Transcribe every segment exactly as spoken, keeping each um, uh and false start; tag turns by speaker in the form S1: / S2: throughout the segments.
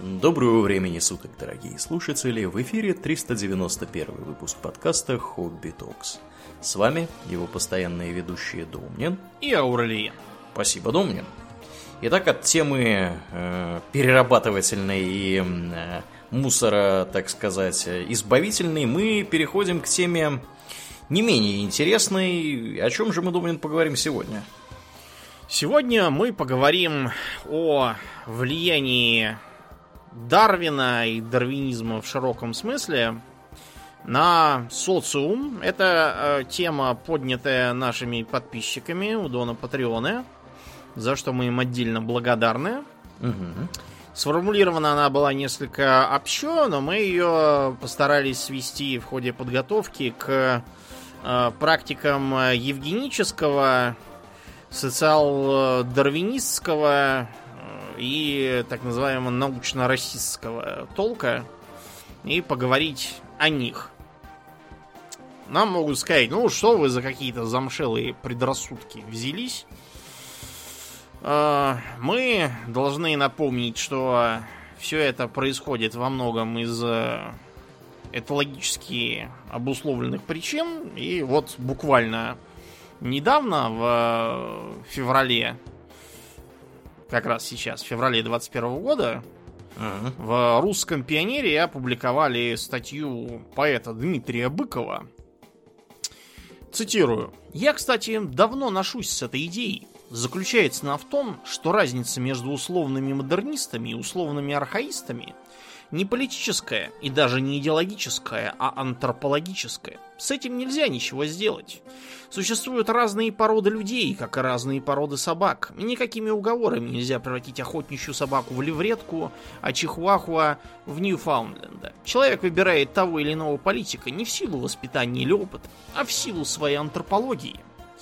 S1: Доброго времени суток, дорогие слушатели! В эфире триста девяносто первый выпуск подкаста Хобби Токс. С вами его постоянные ведущие Домнин
S2: и Аурелиен.
S1: Спасибо, Домнин. Итак, от темы э, перерабатывательной и э, мусора, так сказать, избавительной, мы переходим к теме не менее интересной. О чем же мы, Домнин, поговорим сегодня?
S2: Сегодня мы поговорим о влиянии Дарвина и дарвинизма в широком смысле на социум. Это э, тема, поднятая нашими подписчиками у Дона Патреона, за что мы им отдельно благодарны.
S1: Угу.
S2: Сформулирована она была несколько общо, но мы ее постарались свести в ходе подготовки к э, практикам евгенического, социал-дарвинистского и так называемого научно-расистского толка, и поговорить о них. Нам могут сказать: ну что вы за какие-то замшелые предрассудки взялись? Мы должны напомнить, что все это происходит во многом из этологически обусловленных причин. И вот буквально недавно, в феврале, как раз сейчас, в феврале двадцать первого года, uh-huh. в «Русском пионере» опубликовали статью поэта Дмитрия Быкова. Цитирую. «Я, кстати, давно ношусь с этой идеей. Заключается она в том, что разница между условными модернистами и условными архаистами не политическая и даже не идеологическая, а антропологическая. С этим нельзя ничего сделать. Существуют разные породы людей, как и разные породы собак. И никакими уговорами нельзя превратить охотничью собаку в левретку, а чихуахуа в Ньюфаундленда. Человек выбирает того или иного политика не в силу воспитания или опыта, а в силу своей антропологии».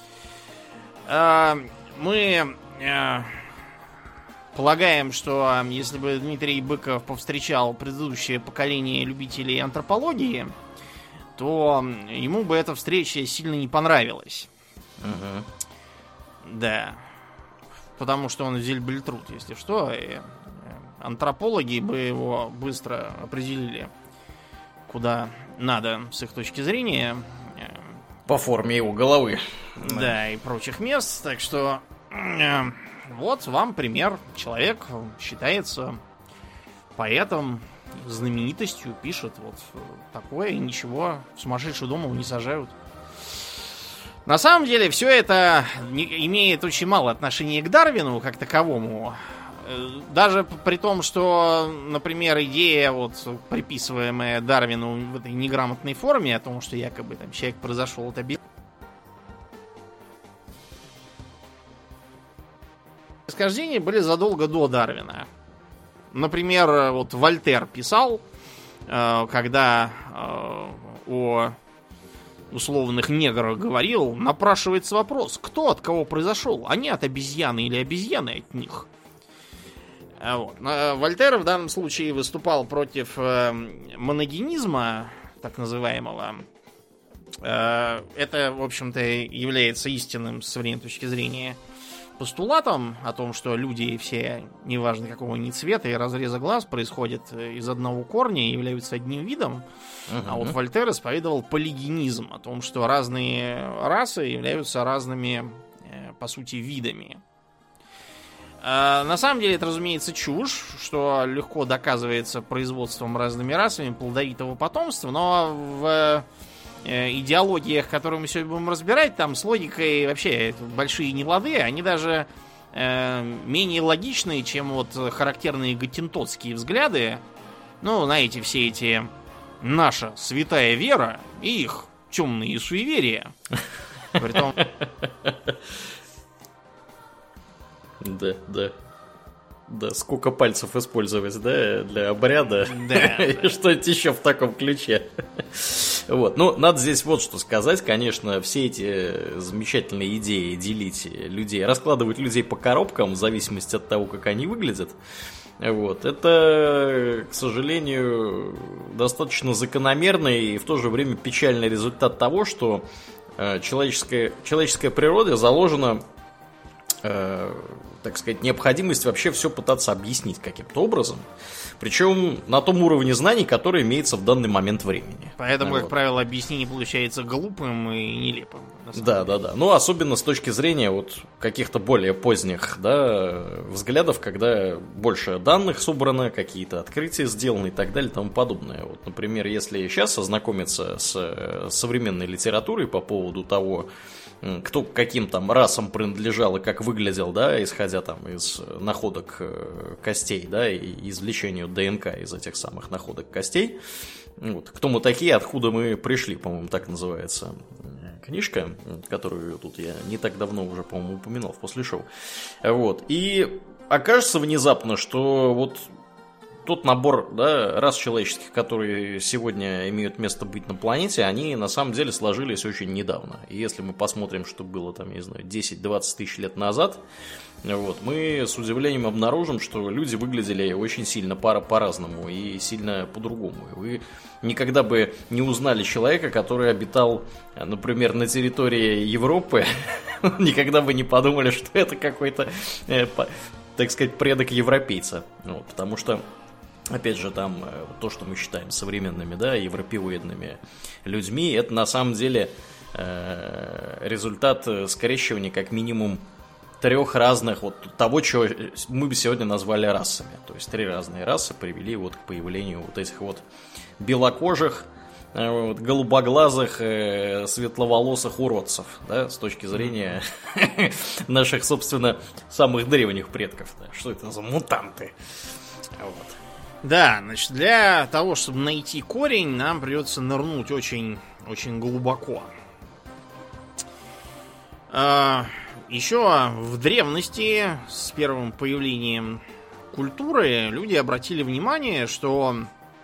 S2: Мы полагаем, что если бы Дмитрий Быков повстречал предыдущее поколение любителей антропологии, то ему бы эта встреча сильно не понравилась.
S1: Uh-huh.
S2: Да. Потому что он зельбельтруд, если что. И антропологи бы его быстро определили, куда надо с их точки зрения.
S1: По форме его головы.
S2: Да, да, и прочих мест. Так что вот вам пример. Человек считается поэтом, знаменитостью, пишет вот такое, и ничего, в сумасшедший дом его не сажают. На самом деле, все это не, имеет очень мало отношения к Дарвину как таковому. Даже при том, что, например, идея, вот, приписываемая Дарвину в этой неграмотной форме, о том, что якобы там человек произошел от обезьяны, происхождения были задолго до Дарвина. Например, вот Вольтер писал, когда о условных неграх говорил, напрашивается вопрос: кто от кого произошел? Они от обезьяны или обезьяны от них? Вот. Вольтер в данном случае выступал против моногенизма, так называемого. Это, в общем-то, является истинным с современной точки зрения постулатом о том, что люди все, неважно какого ни цвета и разреза глаз, происходят из одного корня и являются одним видом. Uh-huh. А вот Вольтер исповедовал полигенизм, о том, что разные расы являются разными, по сути, видами. На самом деле это, разумеется, чушь, что легко доказывается производством разными расами плодовитого потомства, но в идеологиях, которые мы сегодня будем разбирать, там с логикой вообще большие нелады, они даже э, менее логичные, чем вот характерные гаттентотские взгляды. Ну, знаете, все эти «наша святая вера» и их темные суеверия. Притом...
S1: Да, да. Да, сколько пальцев использовать, да, для обряда.
S2: Да.
S1: И что-нибудь еще в таком ключе. Вот. Ну, надо здесь вот что сказать. Конечно, все эти замечательные идеи делить людей, раскладывать людей по коробкам в зависимости от того, как они выглядят, вот, это, к сожалению, достаточно закономерный и в то же время печальный результат того, что человеческая, человеческая природа заложена э, так сказать, необходимость вообще все пытаться объяснить каким-то образом. Причем на том уровне знаний, который имеется в данный момент времени.
S2: Поэтому,
S1: вот.
S2: Как правило, объяснение получается глупым и нелепым.
S1: Да, да, да. Ну, особенно с точки зрения вот каких-то более поздних, да, взглядов, когда больше данных собрано, какие-то открытия сделаны и так далее и тому подобное. Вот, например, если сейчас ознакомиться с современной литературой по поводу того, кто к каким там расам принадлежал и как выглядел, да, исходя там из находок костей, да, и извлечению ДНК из этих самых находок костей. Вот. Кто мы такие, откуда мы пришли, по-моему, так называется книжка, которую тут я не так давно уже, по-моему, упоминал в после шоу. Вот. И окажется внезапно, что вот тот набор, да, рас человеческих, которые сегодня имеют место быть на планете, они на самом деле сложились очень недавно. И если мы посмотрим, что было там, не знаю, десять-двадцать тысяч лет назад, вот, мы с удивлением обнаружим, что люди выглядели очень сильно пара по-разному и сильно по-другому. И вы никогда бы не узнали человека, который обитал, например, на территории Европы, никогда бы не подумали, что это какой-то, так сказать, предок европейца. Вот, потому что опять же, там то, что мы считаем современными, да, европеоидными людьми, это на самом деле э, результат скрещивания как минимум трех разных, вот того, что мы бы сегодня назвали расами. То есть три разные расы привели вот к появлению вот этих вот белокожих, э, вот, голубоглазых, э, светловолосых уродцев, да, с точки зрения наших, собственно, самых древних предков. Да. Что это за мутанты? Вот.
S2: Да, значит, для того, чтобы найти корень, нам придется нырнуть очень, очень глубоко. А, еще в древности, с первым появлением культуры, люди обратили внимание, что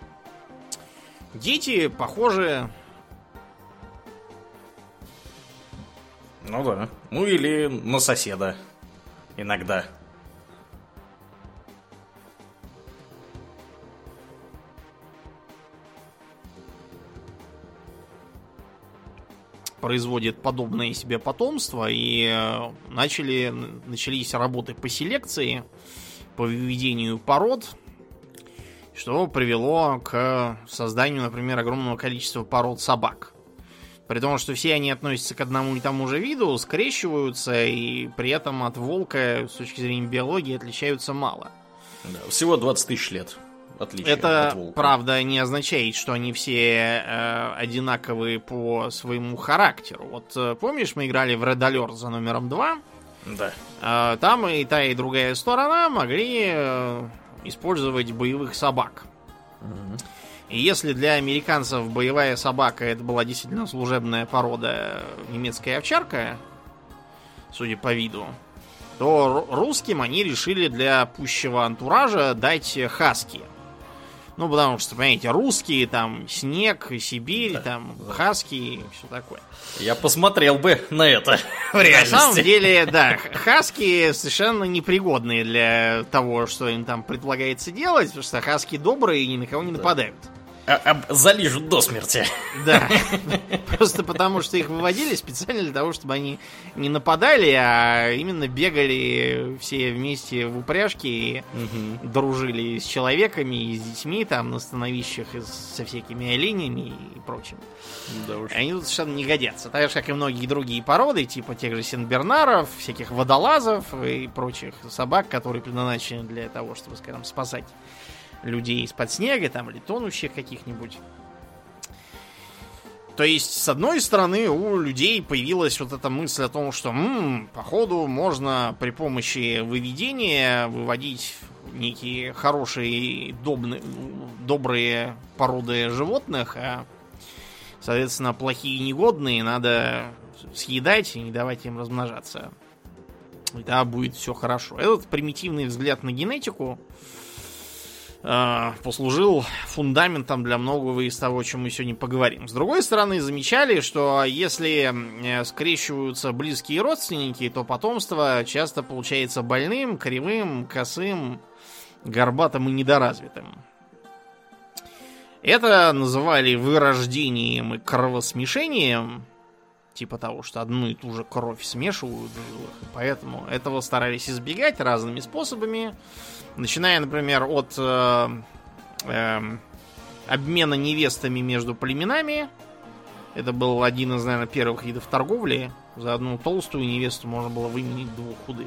S2: дети похожи...
S1: Ну да. Ну или на соседа. Иногда.
S2: производит подобное себе потомство, и начали, начались работы по селекции, по выведению пород, что привело к созданию, например, огромного количества пород собак. При том, что все они относятся к одному и тому же виду, скрещиваются, и при этом от волка, с точки зрения биологии, отличаются мало.
S1: Да, всего двадцать тысяч лет. Отличие
S2: Это,
S1: от волка.
S2: правда, не означает, что они все э, одинаковые по своему характеру. Вот э, помнишь, мы играли в Red Alert за номером два?
S1: Да.
S2: Э, там и та, и другая сторона могли э, использовать боевых собак.
S1: Угу.
S2: И если для американцев боевая собака это была действительно служебная порода немецкая овчарка, судя по виду, то русским они решили для пущего антуража дать хаски. Ну, потому что, понимаете, русские, там, снег, Сибирь, да, там, да. Хаски и все такое.
S1: Я посмотрел бы на это в реальности.
S2: На самом деле, да, хаски совершенно непригодные для того, что им там предполагается делать, потому что хаски добрые и ни на кого не да. нападают.
S1: А, а, залижут до смерти.
S2: Да. Просто потому, что их выводили специально для того, чтобы они не нападали, а именно бегали все вместе в упряжке и угу. дружили с человеками и с детьми там на становищах и со всякими оленями и прочим. Да уж. Они тут совершенно не годятся. Так же, как и многие другие породы, типа тех же сенбернаров, всяких водолазов и прочих собак, которые предназначены для того, чтобы, скажем, спасать людей из-под снега там, или тонущих каких-нибудь. То есть, с одной стороны, у людей появилась вот эта мысль о том, что, м-м, походу, можно при помощи выведения выводить некие хорошие, добные, добрые породы животных, а, соответственно, плохие и негодные надо съедать и не давать им размножаться. И тогда будет все хорошо. Этот примитивный взгляд на генетику послужил фундаментом для многого из того, о чем мы сегодня поговорим. С другой стороны, замечали, что если скрещиваются близкие родственники, то потомство часто получается больным, кривым, косым, горбатым и недоразвитым. Это называли вырождением и кровосмешением. типа того, что одну и ту же кровь смешивают в жилах. Поэтому этого старались избегать разными способами. Начиная, например, от э, э, обмена невестами между племенами. Это был один из, наверное, первых видов торговли. За одну толстую невесту можно было выменить двух худых.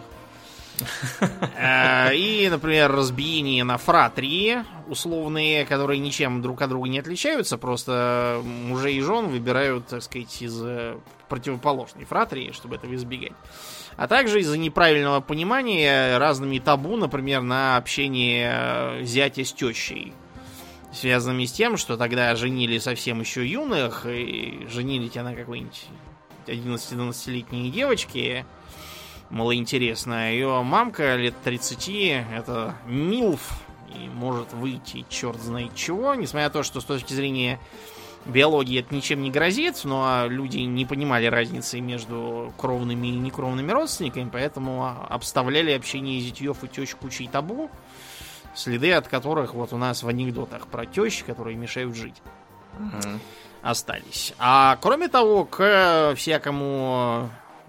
S2: И, например, разбиение на фратрии условные, которые ничем друг от друга не отличаются, просто мужей и жен выбирают, так сказать, из противоположной фратрии, чтобы этого избегать. А также из-за неправильного понимания разными табу, например, на общение зятя с тещей, связанными с тем, что тогда женили совсем еще юных, и женили тебя на какой-нибудь одиннадцати-двенадцатилетней девочке. Мало интересно, ее мамка лет тридцати, это милф, и может выйти черт знает чего, несмотря на то, что с точки зрения биологии это ничем не грозит, но люди не понимали разницы между кровными и некровными родственниками, поэтому обставляли общение зятьев и тещ кучей табу, следы от которых вот у нас в анекдотах про тещ, которые мешают жить, угу. остались. А кроме того, к всякому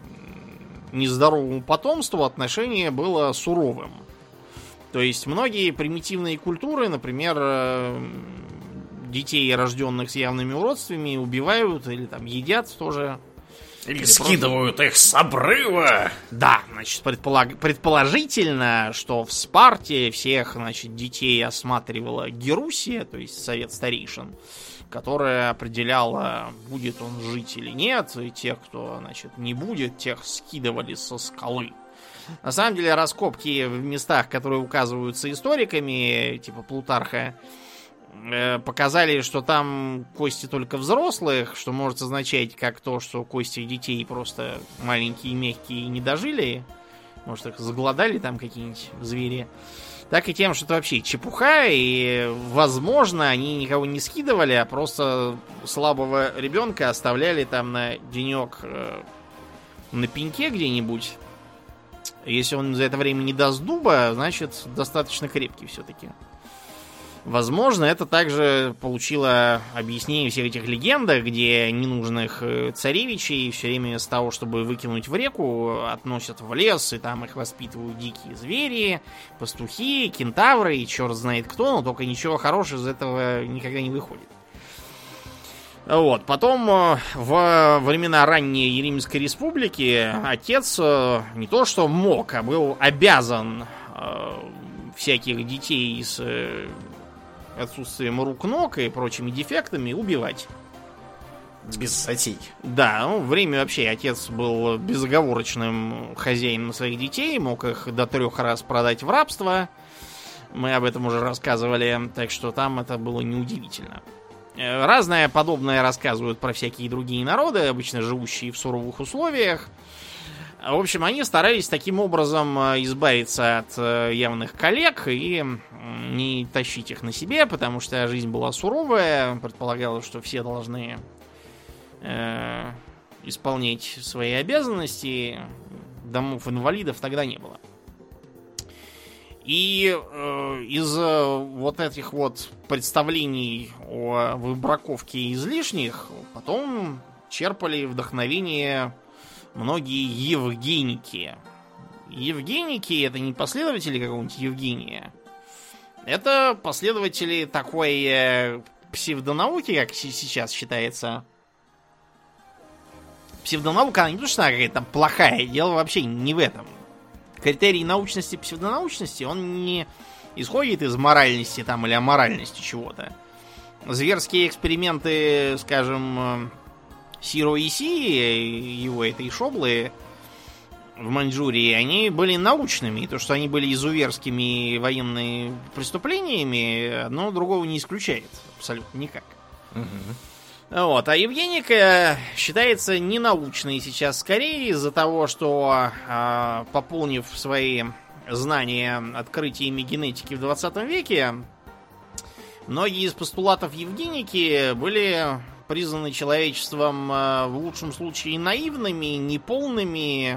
S2: нездоровому потомству отношение было суровым. То есть многие примитивные культуры, например, детей, рожденных с явными уродствами, убивают или там едят тоже.
S1: Или, или скидывают просто... их с обрыва.
S2: Да, значит, предполаг... предположительно, что в Спарте всех, значит, детей осматривала Герусия, то есть совет старейшин, которая определяла, будет он жить или нет, и тех, кто, значит, не будет, тех скидывали со скалы. На самом деле, раскопки в местах, которые указываются историками, типа Плутарха, показали, что там кости только взрослых, что может означать как то, что кости детей просто маленькие, мягкие и не дожили. Может, их заголодали там какие-нибудь звери. Так и тем, что это вообще чепуха, и, возможно, они никого не скидывали, а просто слабого ребенка оставляли там на денек э, на пеньке где-нибудь. Если он за это время не даст дуба, значит, достаточно крепкий все-таки. Возможно, это также получило объяснение всех этих легендах, где ненужных царевичей все время вместо того, чтобы выкинуть в реку, относят в лес, и там их воспитывают дикие звери, пастухи, кентавры, и черт знает кто, но только ничего хорошего из этого никогда не выходит. Вот. Потом, во времена ранней Еремейской республики, отец не то что мог, а был обязан всяких детей с отсутствием рук, ног и прочими дефектами убивать.
S1: Без статей.
S2: Да, ну, время вообще отец был безоговорочным хозяином своих детей, мог их до трех раз продать в рабство. Мы об этом уже рассказывали, так что там это было неудивительно. Разное подобное рассказывают про всякие другие народы, обычно живущие в суровых условиях. В общем, они старались таким образом избавиться от явных коллег и не тащить их на себе, потому что жизнь была суровая, предполагалось, что все должны э, исполнять свои обязанности, домов инвалидов тогда не было. И э, из вот этих вот представлений о выбраковке излишних потом черпали вдохновение многие евгеники. Евгеники — это не последователи какого-нибудь Евгения. Это последователи такой э, псевдонауки, как сейчас считается. Псевдонаука, она не то, что она какая-то плохая, дело вообще не в этом. Критерий научности, псевдонаучности, он не исходит из моральности там или аморальности чего-то. Зверские эксперименты, скажем, Сиро Исии, его этой шоблы в Маньчжурии, они были научными. И то, что они были изуверскими военными преступлениями, одно другого не исключает. Абсолютно никак. Угу. Вот. А Евгеника считается ненаучной сейчас скорее из-за того, что, пополнив свои знания открытиями генетики в двадцатом веке, многие из постулатов Евгеники были признаны человечеством в лучшем случае наивными, неполными,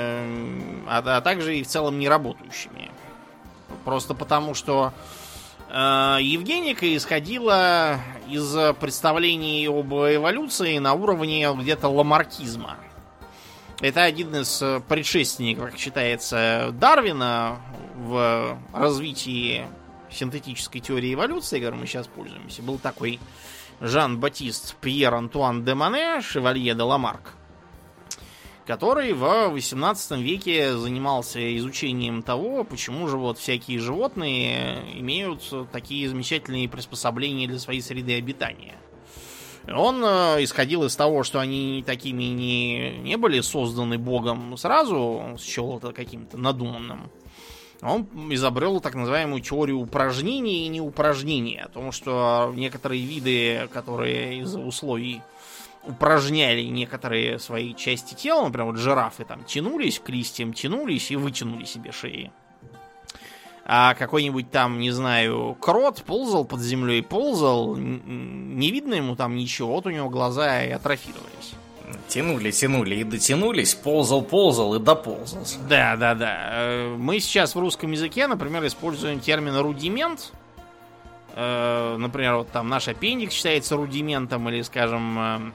S2: э, а, а также и в целом неработающими. Просто потому, что Евгеника исходила из представлений об эволюции на уровне где-то ламаркизма. Это один из предшественников, как считается, Дарвина в развитии синтетической теории эволюции, которой мы сейчас пользуемся. Был такой Жан-Батист Пьер Антуан де Моне, шевалье де Ламарк, который в восемнадцатом веке занимался изучением того, почему же вот всякие животные имеют такие замечательные приспособления для своей среды обитания. Он исходил из того, что они такими не, не были созданы Богом сразу, он счел это каким-то надуманным. Он изобрел так называемую теорию упражнений и неупражнений, о том, что некоторые виды, которые из-за условий упражняли некоторые свои части тела, например, вот жирафы там тянулись к листьям, тянулись и вытянули себе шеи. А какой-нибудь там, не знаю, крот ползал под землей, ползал, не видно ему там ничего, вот у него глаза и атрофировались.
S1: Тянули, тянули и дотянулись, ползал, ползал и доползался.
S2: Да, да, да. Мы сейчас в русском языке, например, используем термин рудимент. Например, вот там наш аппендикс считается рудиментом, или, скажем,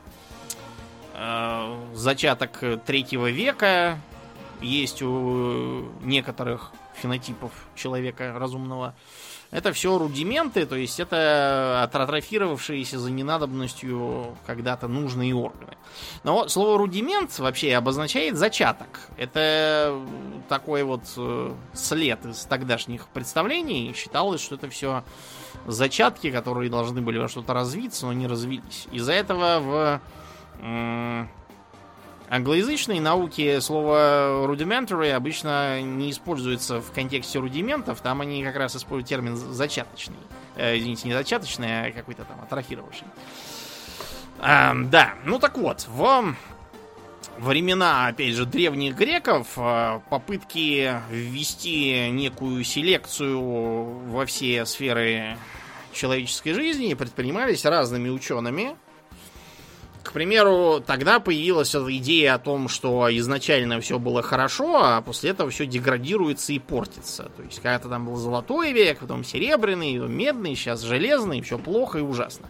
S2: зачаток третьего века есть у некоторых фенотипов человека разумного. Это все рудименты, то есть это атрофировавшиеся за ненадобностью когда-то нужные органы. Но вот слово рудимент вообще обозначает зачаток. Это такой вот след из тогдашних представлений. Считалось, что это все зачатки, которые должны были во что-то развиться, но не развились. Из-за этого в м- англоязычной науке слово rudimentary обычно не используется в контексте рудиментов. Там они как раз используют термин зачаточный. Э, извините, не зачаточный, а какой-то там атрофировавший. А, да, ну так вот, в времена, опять же, древних греков попытки ввести некую селекцию во все сферы человеческой жизни предпринимались разными учеными. К примеру, тогда появилась эта идея о том, что изначально все было хорошо, а после этого все деградируется и портится. То есть, когда-то там был золотой век, потом серебряный, потом медный, сейчас железный, все плохо и ужасно.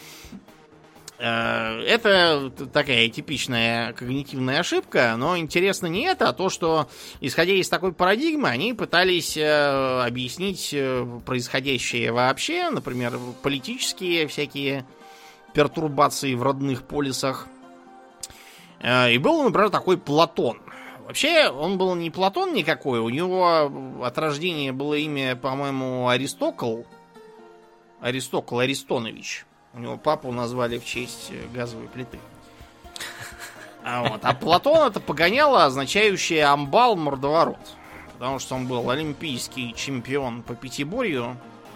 S2: Это такая типичная когнитивная ошибка, но интересно не это, а то, что, исходя из такой парадигмы, они пытались объяснить происходящее вообще, например, политические всякие пертурбации в родных полисах. И был, например, такой Платон. Вообще, он был не Платон никакой, у него от рождения было имя, по-моему, Аристокл. Аристокл Аристонович. У него папу назвали в честь газовой плиты. А, вот. А Платон это погоняло, означающее амбал, мордоворот. Потому что он был олимпийский чемпион по пятиборью.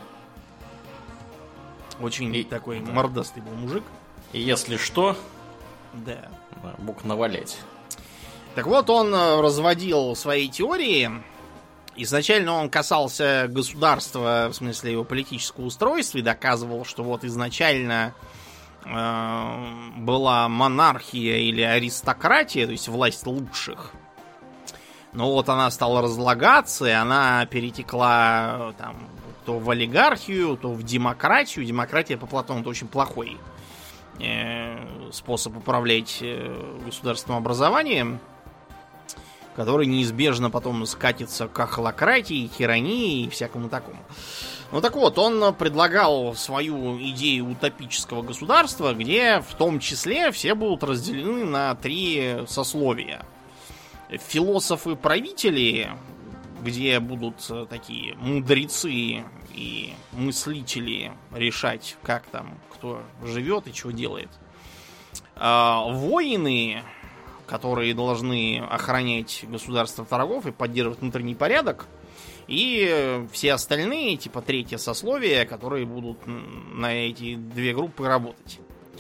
S2: Очень и, такой да. мордастый был мужик.
S1: И если что,
S2: да.
S1: мог навалять.
S2: Так вот, он разводил свои теории. Изначально он касался государства, в смысле его политического устройства, и доказывал, что вот изначально э, была монархия или аристократия, то есть власть лучших. Но вот она стала разлагаться, и она перетекла там, то в олигархию, то в демократию. Демократия по Платону это очень плохой э, способ управлять э, государственным образованием, который неизбежно потом скатится к охлократии, тирании и всякому такому. Ну так вот, он предлагал свою идею утопического государства, где в том числе все будут разделены на три сословия. Философы-правители, где будут такие мудрецы и мыслители решать, как там кто живет и что делает. А воины, которые должны охранять государство врагов и поддерживать внутренний порядок, и все остальные, типа третье сословие, которые будут на эти две группы работать.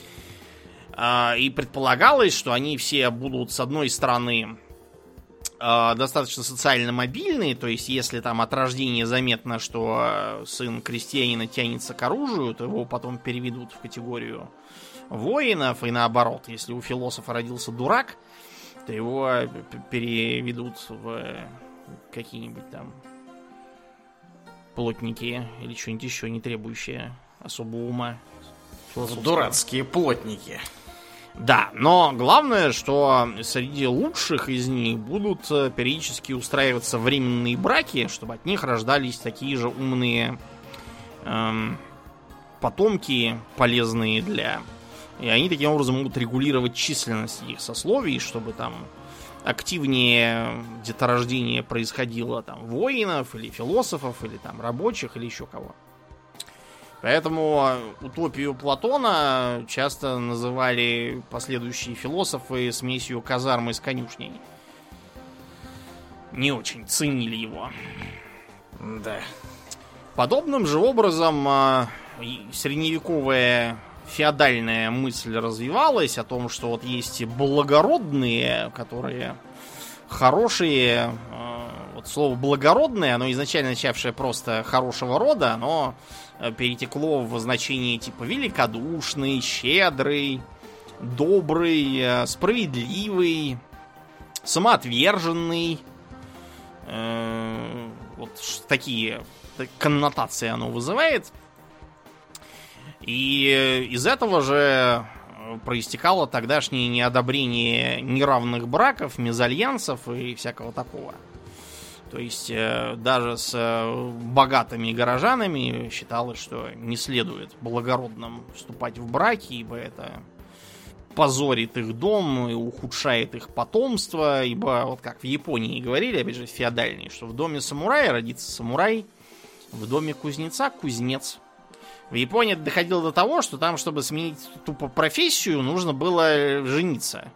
S2: И предполагалось, что они все будут, с одной стороны, достаточно социально мобильные, то есть если там от рождения заметно, что сын крестьянина тянется к оружию, то его потом переведут в категорию воинов, и наоборот, если у философа родился дурак, то его переведут в какие-нибудь там плотники или что-нибудь еще не требующее особого ума.
S1: Дурацкие плотники.
S2: Да, но главное, что среди лучших из них будут периодически устраиваться временные браки, чтобы от них рождались такие же умные эм, потомки, полезные для... И они таким образом могут регулировать численность их сословий, чтобы там активнее деторождение происходило там воинов, или философов, или там рабочих, или еще кого. Поэтому утопию Платона часто называли последующие философы смесью казармы с конюшней. Не очень ценили его.
S1: Да.
S2: Подобным же образом средневековая феодальная мысль развивалась о том, что вот есть благородные, которые хорошие. Вот слово благородное, оно изначально начавшее просто хорошего рода, оно перетекло в значение типа великодушный, щедрый, добрый, справедливый, самоотверженный. Вот такие коннотации оно вызывает. И из этого же проистекало тогдашнее неодобрение неравных браков, мезальянсов и всякого такого. То есть даже с богатыми горожанами считалось, что не следует благородным вступать в браки, ибо это позорит их дом и ухудшает их потомство, ибо вот как в Японии говорили, опять же, феодальные, что в доме самурая родится самурай, в доме кузнеца кузнец. В Японии это доходило до того, что там, чтобы сменить тупо профессию, нужно было жениться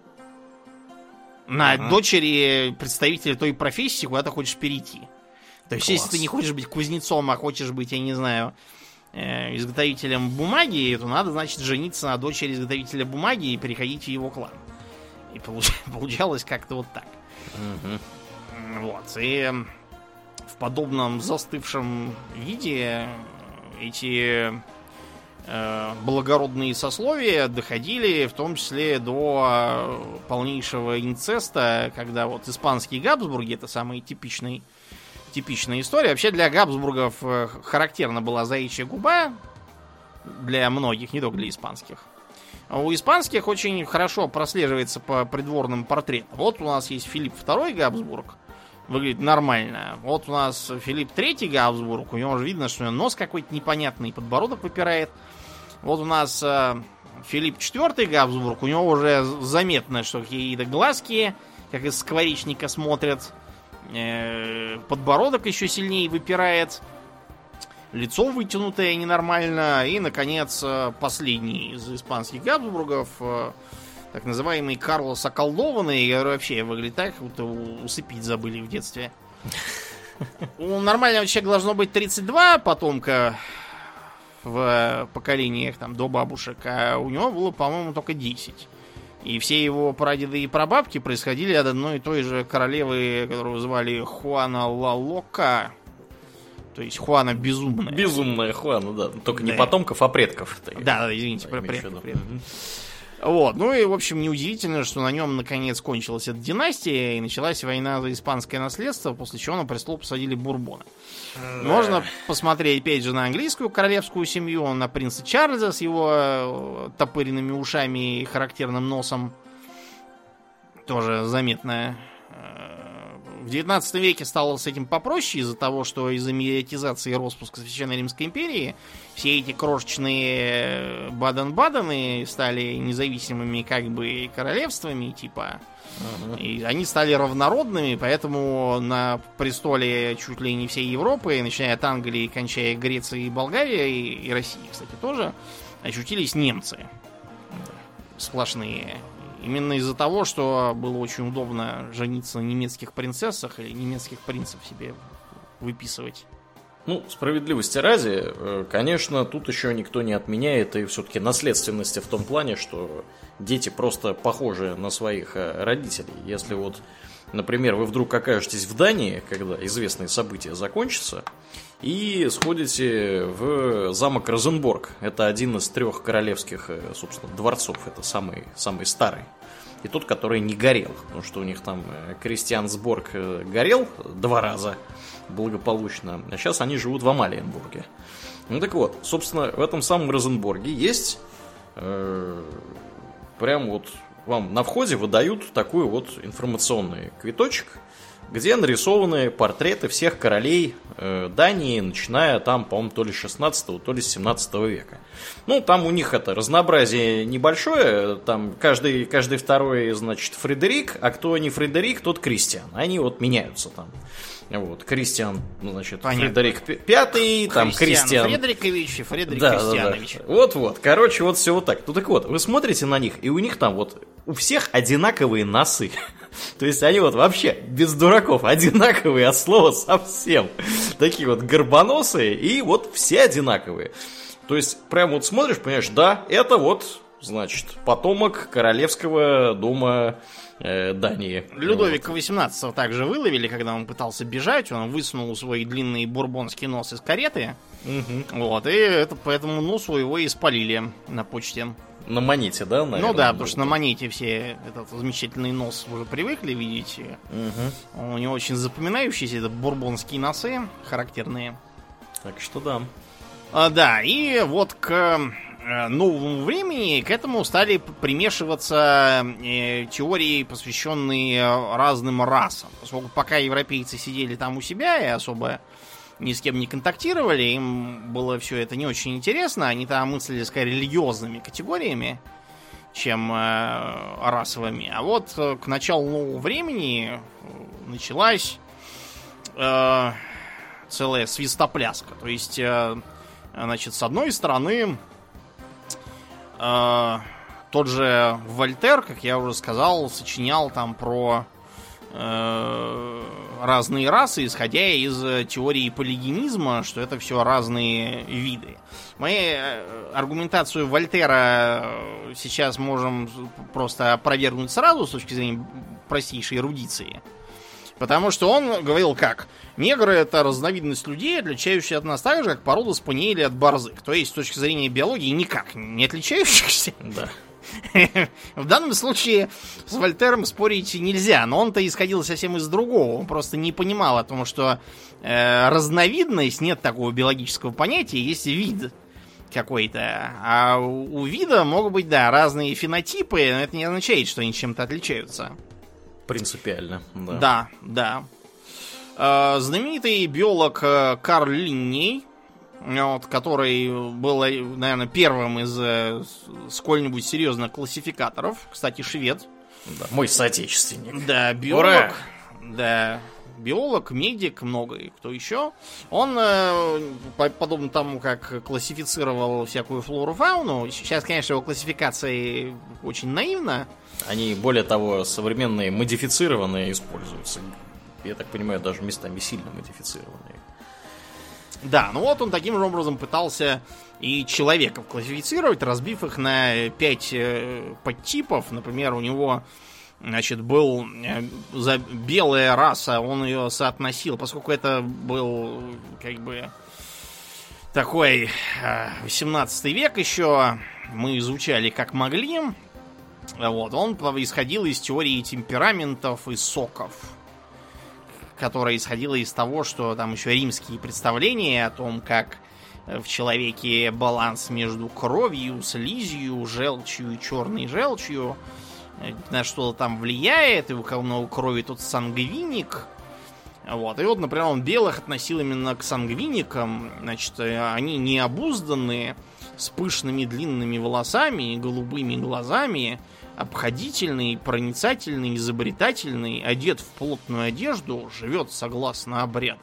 S2: на ага. дочери представителя той профессии, куда ты хочешь перейти. То есть, Класс. Если ты не хочешь быть кузнецом, а хочешь быть, я не знаю, э, изготовителем бумаги, то надо, значит, жениться на дочери изготовителя бумаги и переходить в его клан. И получ... получалось как-то вот так. Угу. Вот. И в подобном застывшем виде эти э, благородные сословия доходили в том числе до полнейшего инцеста, когда вот испанские Габсбурги, это самая типичный, типичная история. Вообще для Габсбургов характерна была заячья губа, для многих, не только для испанских. А у испанских очень хорошо прослеживается по придворным портретам. Вот у нас есть Филипп второй Габсбург, выглядит нормально. Вот у нас Филипп третий Габсбург, у него уже видно, что у него нос какой-то непонятный, подбородок выпирает. Вот у нас э, Филипп четвертый Габсбург, у него уже заметно, что какие-то глазки, как из скворечника смотрят. Э, подбородок еще сильнее выпирает. Лицо вытянутое ненормально. И, наконец, последний из испанских Габсбургов, э, так называемый Карлос околдованный, который вообще выглядит так, будто усыпить забыли в детстве. У нормального человека должно быть тридцать два потомка в поколениях там, до бабушек, а у него было, по-моему, только десять. И все его прадеды и прабабки происходили от одной и той же королевы, которую звали Хуана Ла Лока. То есть Хуана безумная.
S1: Безумная Хуана, да. Только да. не потомков, а предков.
S2: Да, да, извините, про предков. предков. Вот, ну и, в общем, неудивительно, что на нем наконец кончилась эта династия и началась война за испанское наследство, после чего на престол посадили Бурбона. Да. Можно посмотреть, опять же, на английскую королевскую семью, на принца Чарльза с его топыренными ушами и характерным носом. Тоже заметно. В девятнадцатом веке стало с этим попроще из-за того, что из-за медиатизации и распуска Священной Римской империи все эти крошечные Баден-Бадены стали независимыми как бы королевствами, типа. Uh-huh. И они стали равнородными, поэтому на престоле чуть ли не всей Европы, начиная от Англии, кончая Грецией и Болгарией, и Россией, кстати, тоже, ощутились немцы. Сплошные. Именно из-за того, что было очень удобно жениться на немецких принцессах или немецких принцев себе выписывать.
S1: Ну, справедливости ради, конечно, тут еще никто не отменяет и все-таки наследственности в том плане, что дети просто похожи на своих родителей. Если вот, например, вы вдруг окажетесь в Дании, когда известные события закончатся, и сходите в замок Розенборг. Это один из трех королевских, собственно, дворцов. Это самый, самый старый и тот, который не горел. Потому что у них там Кристиансборг горел два раза благополучно, а сейчас они живут в Амалиенбурге. Ну так вот, собственно, в этом самом Розенборге есть э, прям вот вам на входе выдают такой вот информационный квиточек, где нарисованы портреты всех королей э, Дании, начиная там, по-моему, то ли с шестнадцатого, то ли с семнадцатого века. Ну, там у них это разнообразие небольшое, там каждый, каждый второй, значит, Фредерик, а кто не Фредерик, тот Кристиан. Они вот меняются там. Вот, Кристиан, значит, понятно. Фредерик Пятый, там Кристиан
S2: Фредерикович и Фредерик да, Кристианович.
S1: Да, да. Вот-вот, короче, вот все вот так. Ну так вот, вы смотрите на них, и у них там вот у всех одинаковые носы. То есть они вот вообще без дураков одинаковые от слова совсем. Такие вот горбоносые, и вот все одинаковые. То есть прям вот смотришь, понимаешь, да, это вот, значит, потомок королевского дома э, Дании.
S2: Людовика восемнадцатого также выловили, когда он пытался бежать, он высунул свой длинный бурбонский нос из кареты. Угу. Вот, и это, по этому носу его и спалили на почте.
S1: На монете, да, наверное?
S2: Ну да, потому что на монете все этот замечательный нос уже привыкли видеть. Угу. Он у него очень запоминающийся, это бурбонские носы характерные.
S1: Так что да.
S2: А, да, и вот к новому времени к этому стали примешиваться э, теории, посвященные разным расам. Поскольку пока европейцы сидели там у себя и особо ни с кем не контактировали, им было все это не очень интересно, они там мыслили скорее религиозными категориями, чем э, расовыми. А вот э, к началу нового времени началась э, целая свистопляска. То есть, э, значит, с одной стороны, э, тот же Вольтер, как я уже сказал, сочинял там про э, разные расы, исходя из теории полигенизма, что это все разные виды. Мы аргументацию Вольтера сейчас можем просто опровергнуть сразу с точки зрения простейшей эрудиции. Потому что он говорил как? Негры — это разновидность людей, отличающаяся от нас так же, как порода спаниеля от борзых. То есть, с точки зрения биологии, никак не отличающихся.
S1: Да.
S2: В данном случае с Вольтером спорить нельзя, но он-то исходил совсем из другого. Он просто не понимал о том, что э, разновидность, нет такого биологического понятия, есть вид какой-то. А у, у вида могут быть, да, разные фенотипы, но это не означает, что они чем-то отличаются.
S1: Принципиально, да.
S2: Да, да. Э, знаменитый биолог Карл Линней, вот, который был, наверное, первым из э, сколь-нибудь серьезных классификаторов. Кстати, швед.
S1: Да, мой соотечественник.
S2: Да, биолог. Ура! Да, биолог, медик, много и кто еще. Он, э, подобно тому, как классифицировал всякую флору-фауну, сейчас, конечно, его классификация очень наивна.
S1: Они, более того, современные модифицированные используются. Я так понимаю, даже местами сильно модифицированные.
S2: Да, ну вот он таким же образом пытался и человеков классифицировать, разбив их на пять э, подтипов. Например, у него, значит, был э, за белая раса, он ее соотносил, поскольку это был как бы такой э, восемнадцатый век еще, мы изучали как могли. Вот, он исходил из теории темпераментов и соков, которая исходила из того, что там еще римские представления о том, как в человеке баланс между кровью, слизью, желчью и черной желчью, на что там влияет, и у кого много крови, тот сангвиник. Вот. И вот, например, он белых относил именно к сангвиникам. Значит, они необузданные, с пышными длинными волосами и голубыми глазами, обходительный, проницательный, изобретательный, одет в плотную одежду, живет согласно обрядам.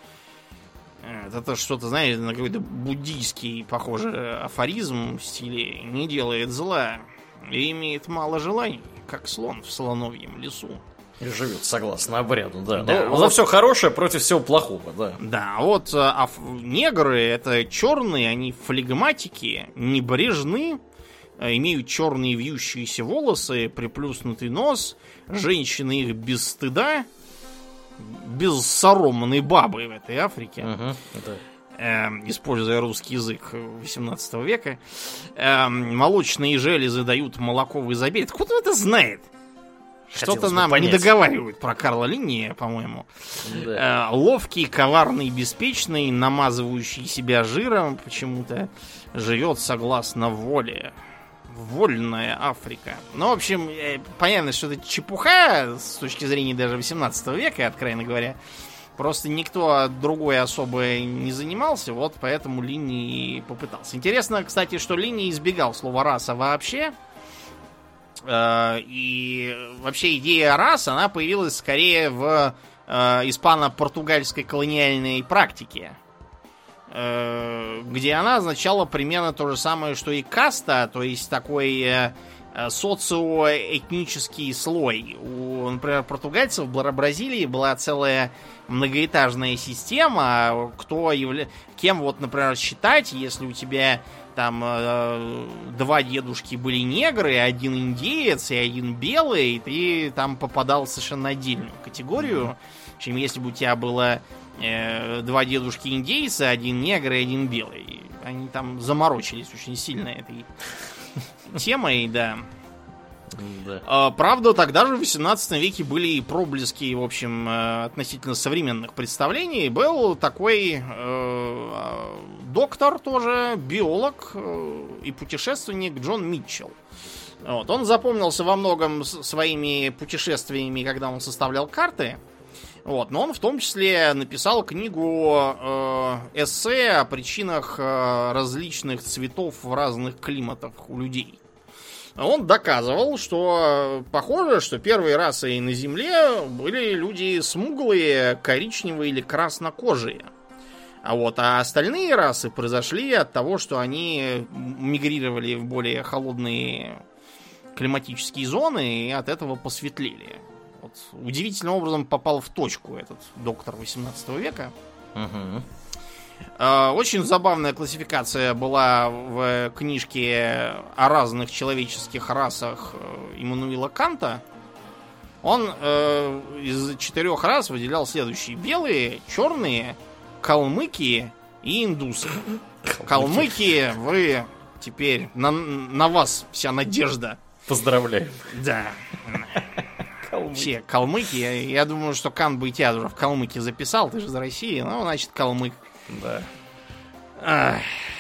S2: Это что-то, знаете, на какой-то буддийский, похоже, афоризм в стиле «не делает зла и имеет мало желаний, как слон в слоновьем лесу».
S1: И живет согласно обряду, да.
S2: Да,
S1: ну,
S2: вот...
S1: За все хорошее против всего плохого, да.
S2: Да, вот а негры — это черные, они флегматики, небрежны, имеют черные вьющиеся волосы, приплюснутый нос, женщины их без стыда, без соромной бабы в этой Африке,
S1: uh-huh, да.
S2: э, используя русский язык восемнадцатого века. Э, молочные железы дают молоко в изобилии. Откуда он это знает? Что-то нам понять. Не договаривают про Карла Линнея, по-моему. Да. Э, ловкий, коварный, беспечный, намазывающий себя жиром почему-то, живет согласно воле. Вольная Африка. Ну, в общем, э, понятно, что это чепуха с точки зрения даже восемнадцатого века, откровенно говоря. Просто никто другой особо не занимался, вот поэтому Линней попытался. Интересно, кстати, что Линней избегал слова «раса» вообще. И вообще идея рас, она появилась скорее в испано-португальской колониальной практике, где она означала примерно то же самое, что и каста, то есть такой социоэтнический слой. У, например, португальцев в Бразилии была целая многоэтажная система, кто явля... кем, вот, например, считать, если у тебя там э, два дедушки были негры, один индеец и один белый, ты там попадал в совершенно отдельную категорию, mm-hmm. чем если бы у тебя было э, два дедушки индейца, один негр и один белый. Они там заморочились очень сильно этой темой, да. Да. А, правда, тогда же в восемнадцатом веке были и проблески, в общем, относительно современных представлений. Был такой э, доктор тоже, биолог э, и путешественник Джон Митчелл. Вот. Он запомнился во многом своими путешествиями, когда он составлял карты. Вот. Но он в том числе написал книгу э, эссе о причинах э, различных цветов в разных климатах у людей. Он доказывал, что похоже, что первые расы на Земле были люди смуглые, коричневые или краснокожие. А вот а остальные расы произошли от того, что они мигрировали в более холодные климатические зоны и от этого посветлели. Вот, удивительным образом попал в точку этот доктор восемнадцатого века. Угу. Очень забавная классификация была в книжке о разных человеческих расах Иммануила Канта. Он э, из четырех рас выделял следующие: белые, черные, калмыки и индусы. Калмыки, вы теперь на, на вас вся надежда.
S1: Поздравляем.
S2: Да. Калмыки. Все калмыки. Я, я думаю, что Кант бы и тебя уже в калмыки записал. Ты же из России. Ну, значит, калмык.
S1: Да.
S2: Ах.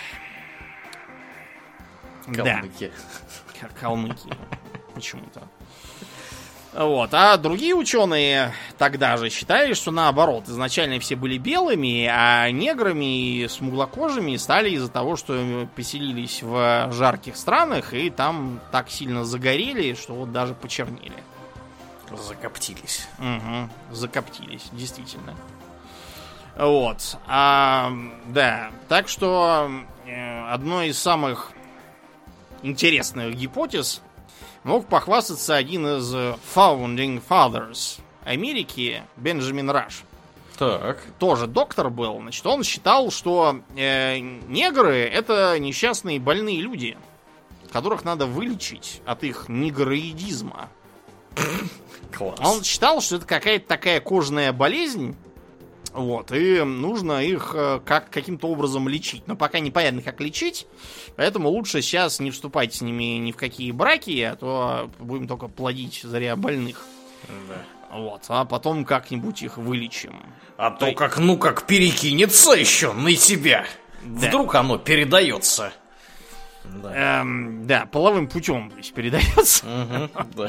S1: Калмыки.
S2: Да. Калмыки. Почему-то. Вот. А другие ученые тогда же считали, что наоборот, изначально все были белыми, а неграми и смуглокожими стали из-за того, что поселились в жарких странах и там так сильно загорели, что вот даже почернели.
S1: Закоптились.
S2: Угу. Закоптились, действительно. Вот. А, да. Так что э, одной из самых интересных гипотез мог похвастаться один из Founding Fathers Америки, Бенджамин Раш.
S1: Так.
S2: Тоже доктор был. Значит, он считал, что э, негры это несчастные больные люди, которых надо вылечить от их негроидизма.
S1: Класс.
S2: Он считал, что это какая-то такая кожная болезнь. Вот, и нужно их как, каким-то образом лечить. Но пока непонятно, как лечить. Поэтому лучше сейчас не вступать с ними ни в какие браки, а то будем только плодить зря больных. Да. Вот, а потом как-нибудь их вылечим.
S1: А то, то как, ну как перекинется еще на себя. Да. Вдруг оно передается.
S2: Да, эм, да половым путем, то есть, передается.
S1: Угу, да.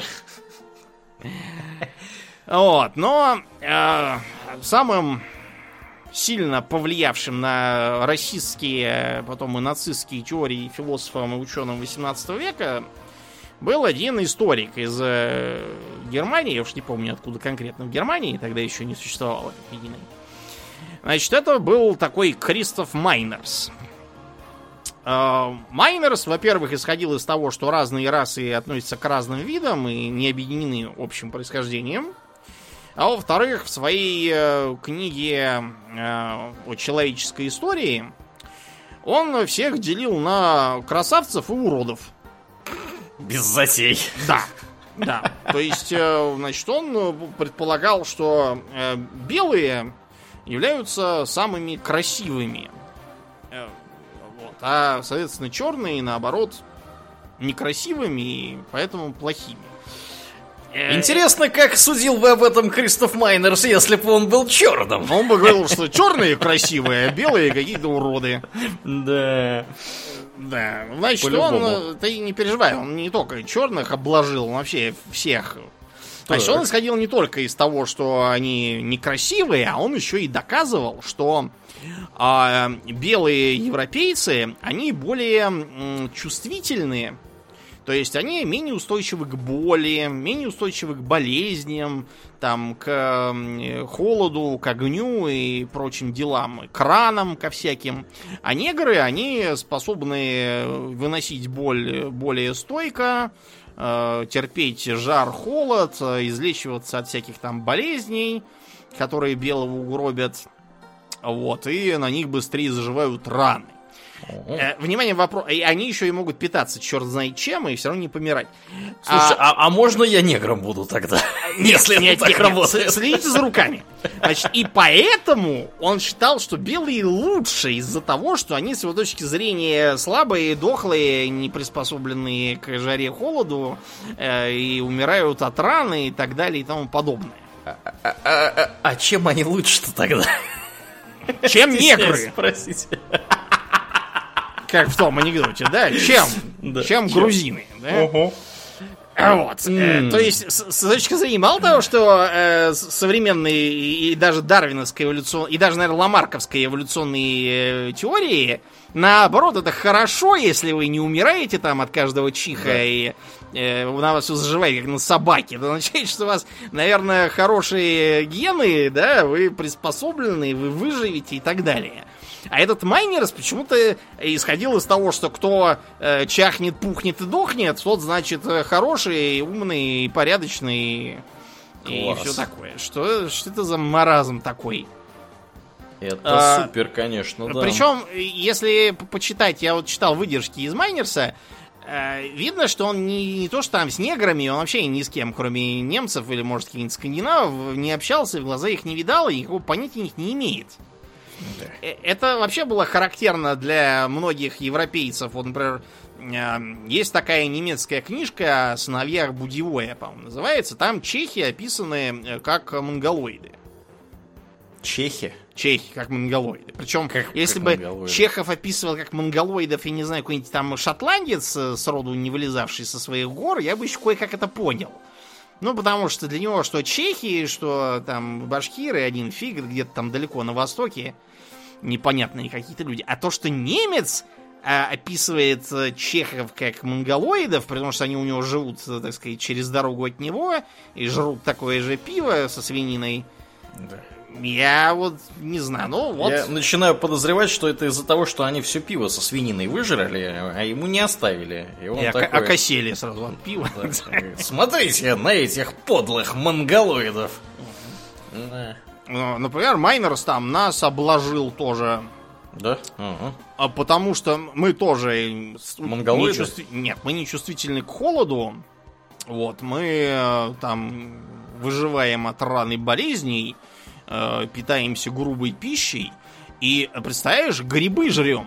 S2: Вот, но э, самым сильно повлиявшим на расистские, потом и нацистские теории философам и ученым восемнадцатого века был один историк из э, Германии, я уж не помню откуда конкретно в Германии, тогда еще не существовало как единой. Значит, это был такой Кристоф Майнерс. Э, Майнерс, во-первых, исходил из того, что разные расы относятся к разным видам и не объединены общим происхождением. А во-вторых, в своей э, книге э, о человеческой истории он всех делил на красавцев и уродов.
S1: Без затей.
S2: Да, да. То есть, э, значит, он предполагал, что э, белые являются самыми красивыми. Э, вот, а, соответственно, черные, наоборот, некрасивыми и поэтому плохими.
S1: Интересно, как судил бы об этом Кристоф Майнерс, если бы он был черным.
S2: Он бы говорил, что черные красивые, а белые какие-то уроды.
S1: Да.
S2: Да, значит, он, ты не переживай, он не только черных обложил, он вообще всех. Значит, он исходил не только из того, что они некрасивые, а он еще и доказывал, что а, белые европейцы, они более м, чувствительные. То есть они менее устойчивы к боли, менее устойчивы к болезням, там, к холоду, к огню и прочим делам, к ранам, ко всяким. А негры, они способны выносить боль более стойко, э, терпеть жар, холод, излечиваться от всяких там болезней, которые белого угробят. Вот, и на них быстрее заживают раны. Э, внимание, вопрос. И они еще и могут питаться черт знает чем, и все равно не помирать.
S1: Слушай, а, а, а можно я негром буду тогда? Если
S2: нет,
S1: это так
S2: нет,
S1: работает.
S2: Следите за руками. Значит, и поэтому он считал, что белые лучше из-за того, что они, с его точки зрения, слабые, дохлые, не приспособленные к жаре, холоду, э, и умирают от раны и так далее и тому подобное.
S1: А, а, а, а чем они лучше-то тогда?
S2: Чем негры?
S1: Спросите.
S2: Как в том анекдоте, да? Чем? Да. Чем, Чем грузины, да? Угу. Вот. Mm. Э, то есть, с, с точки зрения, мало того, что э, современные и даже дарвиновская эволюция, и даже, наверное, ламарковская эволюционные э, теории, наоборот, это хорошо, если вы не умираете там от каждого чиха, да. и э, на вас все заживает, как на собаке. Это означает, что у вас, наверное, хорошие гены, да, вы приспособлены, вы выживете и так далее. А этот Майнерс почему-то исходил из того, что кто э, чахнет, пухнет и дохнет, тот, значит, хороший, умный, порядочный и все такое. Что, что это за маразм такой?
S1: Это а, супер, конечно, да.
S2: Причем, если почитать, я вот читал выдержки из Майнерса, э, видно, что он не, не то, что там с неграми, он вообще ни с кем, кроме немцев или, может, каких-нибудь скандинавов, не общался, в глаза их не видал и никакого понятия о них не имеет. Да. Это вообще было характерно для многих европейцев. Вот, например, есть такая немецкая книжка о сыновьях Будивоя, по-моему, называется. Там чехи описаны как монголоиды.
S1: Чехи?
S2: Чехи, как монголоиды. Причем, как, если как бы монголоиды. Чехов описывал как монголоидов, я не знаю, какой-нибудь там шотландец, сроду не вылезавший со своих гор, я бы еще кое-как это понял. Ну, потому что для него что чехи, что там башкиры, один фиг, где-то там далеко на востоке, непонятные какие-то люди. А то, что немец а, описывает чехов как монголоидов, потому что они у него живут, так сказать, через дорогу от него, и жрут такое же пиво со свининой. Да. Я вот не знаю, ну вот...
S1: Я начинаю подозревать, что это из-за того, что они все пиво со свининой выжрали, а ему не оставили. И он
S2: и
S1: такой...
S2: окосели сразу от пива.
S1: Да, смотрите на этих подлых монголоидов.
S2: Да. Ну, например, Майнерс там нас обложил тоже.
S1: Да? Ага.
S2: А потому что мы тоже...
S1: Монголоиды?
S2: Не чувств... Нет, мы не чувствительны к холоду. Вот, мы там выживаем от ран и болезней, питаемся грубой пищей и, представляешь, грибы жрем.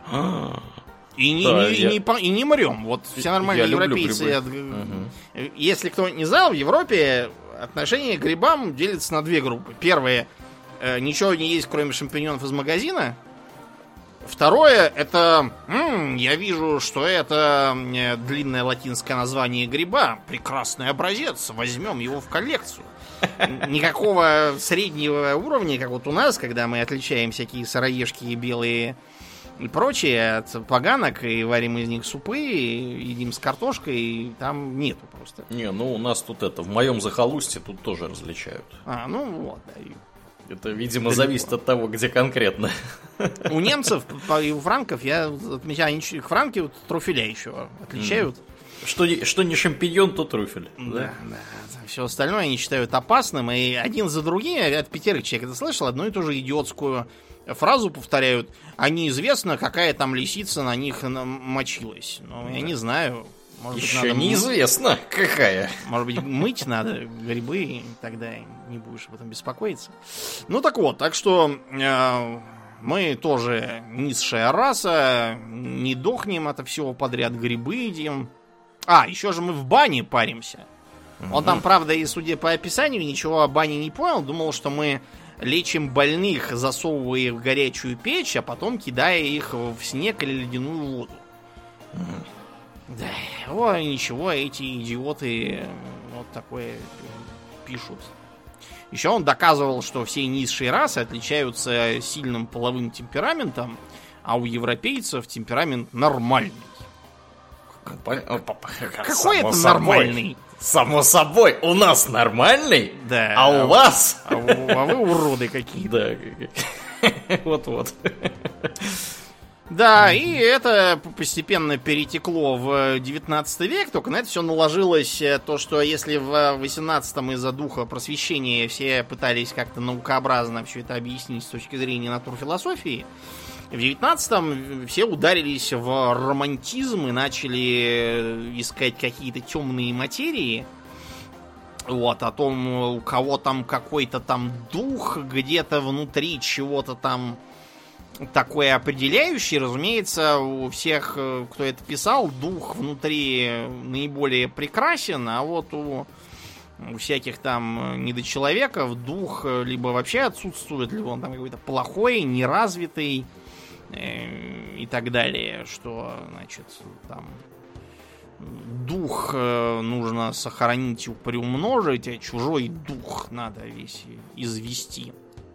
S2: И не, да, не, я... и, не, и не мрем. Вот все нормальные я европейцы. От... Угу. Если кто не знал, в Европе отношение к грибам делится на две группы. Первое, ничего не есть, кроме шампиньонов из магазина. Второе, это м-м, я вижу, что это длинное латинское название гриба. Прекрасный образец. Возьмем его в коллекцию. Никакого среднего уровня, как вот у нас, когда мы отличаем всякие сыроежки белые и прочее от поганок, и варим из них супы, и едим с картошкой, там нету просто.
S1: Не, ну у нас тут это, в моем захолустье тут тоже различают.
S2: А, ну вот, да.
S1: Это, видимо, далеко зависит от того, где конкретно.
S2: У немцев и у франков, я отмечаю, франки вот трюфеля еще отличают.
S1: Mm. Что, что не шампиньон, то трюфель.
S2: Да, да, да. Все остальное они считают опасным, и один за другим, от пятерых человек это слышал, одну и ту же идиотскую фразу повторяют. А неизвестно, какая там лисица на них мочилась. Ну, да. Я не знаю.
S1: Может Еще быть, надо неизвестно, мыть. Какая.
S2: Может быть, мыть надо грибы, и тогда не будешь об этом беспокоиться. Ну так вот, так что э, мы тоже низшая раса, не дохнем от всего подряд, грибы едим. А, еще же мы в бане паримся. Mm-hmm. Он там, правда, и судя по описанию, ничего о бане не понял. Думал, что мы лечим больных, засовывая их в горячую печь, а потом кидая их в снег или ледяную воду. Mm-hmm. Да, о, ничего, эти идиоты вот такое пишут. Еще он доказывал, что все низшие расы отличаются сильным половым темпераментом, а у европейцев темперамент нормальный. Какой это нормальный?
S1: Само собой, у нас нормальный,
S2: да,
S1: а у вас...
S2: А, а вы уроды какие-то.
S1: Да, вот-вот.
S2: Да, и это постепенно перетекло в девятнадцатый век, только на это все наложилось то, что если в восемнадцатом из-за духа просвещения все пытались как-то наукообразно все это объяснить с точки зрения натурфилософии, в девятнадцатом все ударились в романтизм и начали искать какие-то темные материи. Вот, о том, у кого там какой-то там дух где-то внутри чего-то там такое определяющее. Разумеется, у всех, кто это писал, дух внутри наиболее прекрасен, а вот у, у всяких там недочеловеков дух либо вообще отсутствует, либо он там какой-то плохой, неразвитый э, и так далее. Что, значит, там дух нужно сохранить и приумножить, а чужой дух надо весь извести.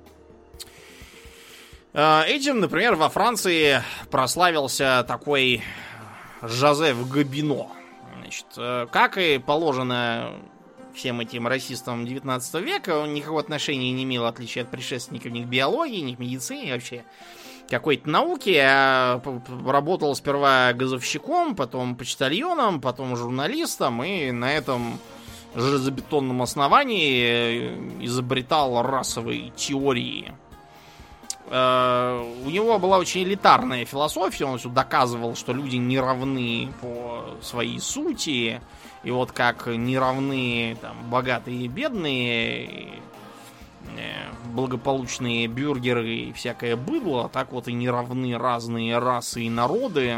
S2: Этим, например, во Франции прославился такой Жозеф Гобино. Значит, как и положено всем этим расистам девятнадцатого века, он никакого отношения не имел, в отличие от предшественников, ни к биологии, ни к медицине, вообще какой-то науки. А работал сперва газовщиком, потом почтальоном, потом журналистом, и на этом железобетонном основании изобретал расовые теории. У него была очень элитарная философия, он все доказывал, что люди не равны по своей сути, и вот как не равны там, богатые и бедные, благополучные бюргеры и всякое быдло, так вот и не равны разные расы и народы.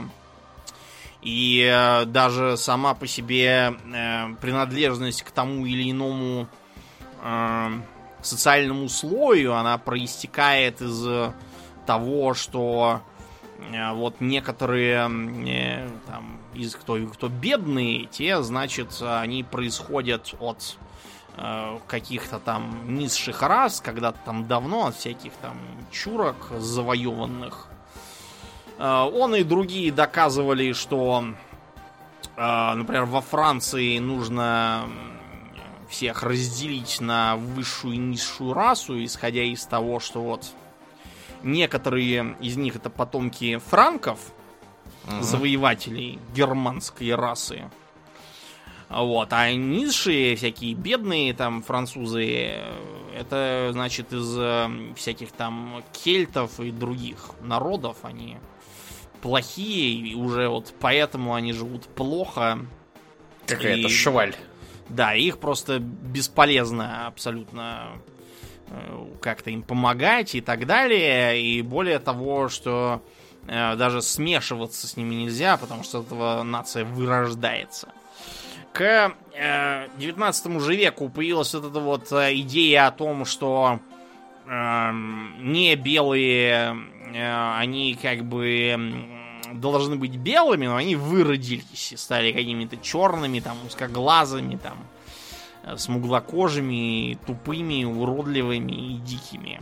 S2: И даже сама по себе принадлежность к тому или иному социальному слою, она проистекает из того, что э, вот некоторые э, там, из кто, кто бедные, те, значит, они происходят от э, каких-то там низших рас, когда-то там давно, от всяких там чурок завоеванных. Э, он и другие доказывали, что, э, например, во Франции нужно всех разделить на высшую и низшую расу, исходя из того, что вот некоторые из них это потомки франков, uh-huh. завоевателей германской расы. Вот, а низшие, всякие бедные там французы, это, значит, из всяких там кельтов и других народов, они плохие, и уже вот поэтому они живут плохо.
S1: Какая-то и... шваль.
S2: Да, их просто бесполезно абсолютно как-то им помогать и так далее. И более того, что э, даже смешиваться с ними нельзя, потому что от этого нация вырождается. К э, девятнадцатому же веку появилась вот эта вот идея о том, что э, не белые, э, они как бы должны быть белыми, но они выродились и стали какими-то черными, там, узкоглазыми, там, смуглокожими, тупыми, уродливыми и дикими.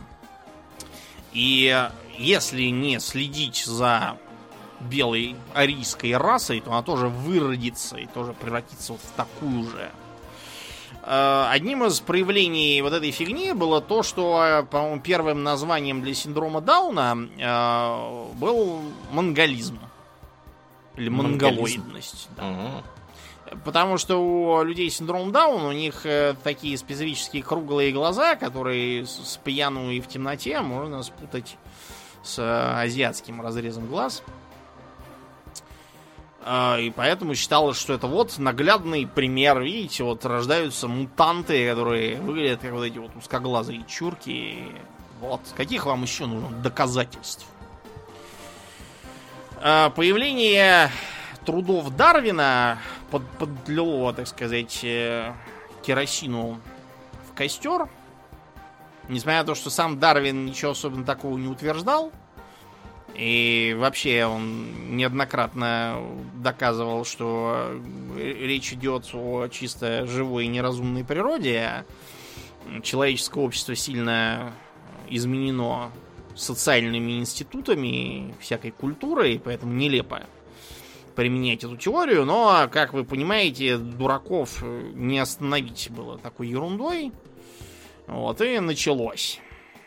S2: И если не следить за белой арийской расой, то она тоже выродится и тоже превратится вот в такую же. Одним из проявлений вот этой фигни было то, что, по-моему, первым названием для синдрома Дауна э, был монголизм. Или монголоидность. Да. Угу. Потому что у людей с синдромом Дауна у них э, такие специфические круглые глаза, которые с, с пьяну и в темноте можно спутать с э, азиатским разрезом глаз. И поэтому считалось, что это вот наглядный пример. Видите, вот рождаются мутанты, которые выглядят как вот эти вот узкоглазые чурки. Вот. Каких вам еще нужно доказательств? Появление трудов Дарвина под, подлило, так сказать, керосину в костер. Несмотря на то, что сам Дарвин ничего особенно такого не утверждал. И вообще он неоднократно доказывал, что речь идет о чисто живой и неразумной природе. Человеческое общество сильно изменено социальными институтами, всякой культурой, поэтому нелепо применять эту теорию. Но, как вы понимаете, дураков не остановить было такой ерундой. Вот, и началось.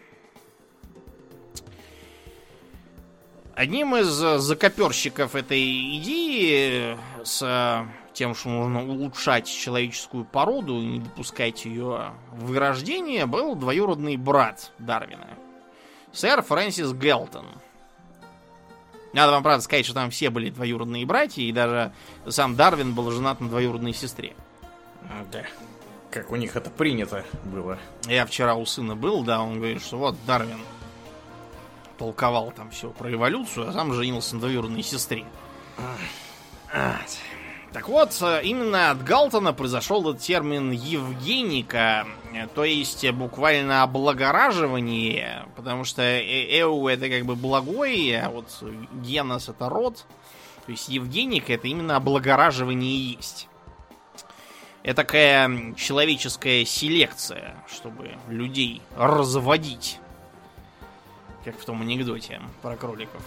S2: Одним из закоперщиков этой идеи, с тем, что нужно улучшать человеческую породу и не допускать ее вырождения, был двоюродный брат Дарвина, сэр Фрэнсис Гелтон. Надо вам, правда, сказать, что там все были двоюродные братья, и даже сам Дарвин был женат на двоюродной сестре.
S1: Да, как у них это принято было.
S2: Я вчера у сына был, да, он говорит, что вот Дарвин толковал там все про эволюцию, а сам женился на двоюродной сестре. Так вот, именно от Галтона произошел этот термин «евгеника», то есть буквально облагораживание, потому что «эу» — это как бы благое, а вот «генос» — это род. То есть евгеника — это именно облагораживание есть. Это такая человеческая селекция, чтобы людей разводить. Как в том анекдоте про кроликов.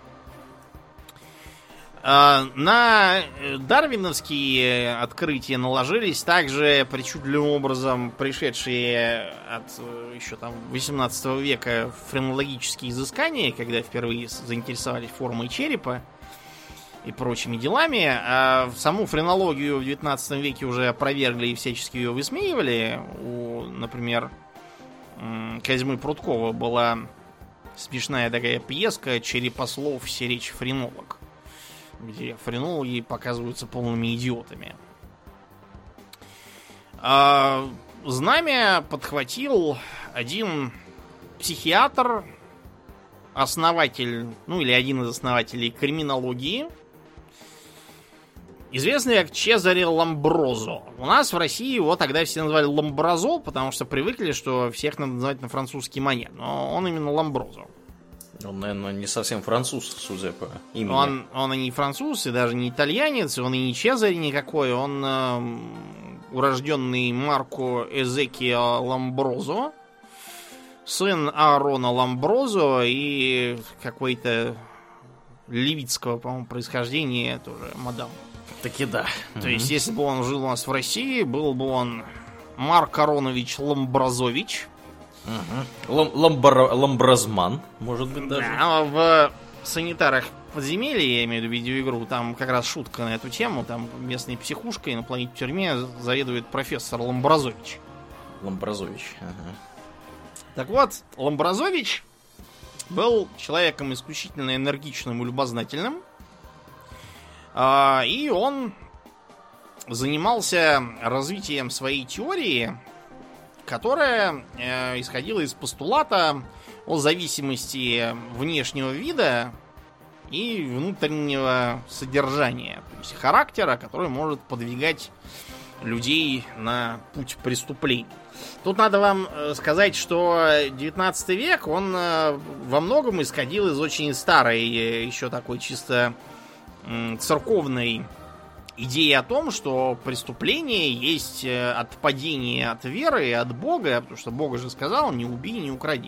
S2: На дарвиновские открытия наложились также причудливым образом пришедшие от еще там восемнадцатого века френологические изыскания, когда впервые заинтересовались формой черепа и прочими делами. А саму френологию в девятнадцатом веке уже опровергли и всячески ее высмеивали. У, например, Козьмы Прудкова была смешная такая пьеска «Черепослов, сиречь френолог», где френологи показываются полными идиотами. А знамя подхватил один психиатр, основатель, ну или один из основателей криминологии, известный как Чезаре Ламброзо. У нас в России его тогда все называли Ламбразо, потому что привыкли, что всех надо называть на французский манер. Но он именно Ламброзо.
S1: Он, наверное, не совсем француз, судя по имени.
S2: Он, он и не француз, и даже не итальянец, он и не Чезаре никакой. Он э, урожденный Марко Эзекио Ламброзо, сын Аарона Ламброзо и какой-то левитского, по-моему, происхождения тоже мадам.
S1: Таки да.
S2: То
S1: угу.
S2: есть, если бы он жил у нас в России, был бы он Марк Аронович Ламбразович.
S1: Угу. Лам- ламбар- ламбразман, может быть, даже.
S2: Да, в санитарах подземелья, я имею в виду видеоигру, там как раз шутка на эту тему. Там местной психушкой на планете тюрьме заведует профессор Ламбразович.
S1: Ламбразович, ага.
S2: Так вот, Ламбразович был человеком исключительно энергичным и любознательным. И он занимался развитием своей теории, которая э, исходила из постулата о зависимости внешнего вида и внутреннего содержания, то есть характера, который может подвигать людей на путь преступлений. Тут надо вам сказать, что девятнадцатый век, он во многом исходил из очень старой, еще такой чисто церковной идеи о том, что преступление есть отпадение от веры и от Бога, потому что Бог же сказал: не убей, не укради.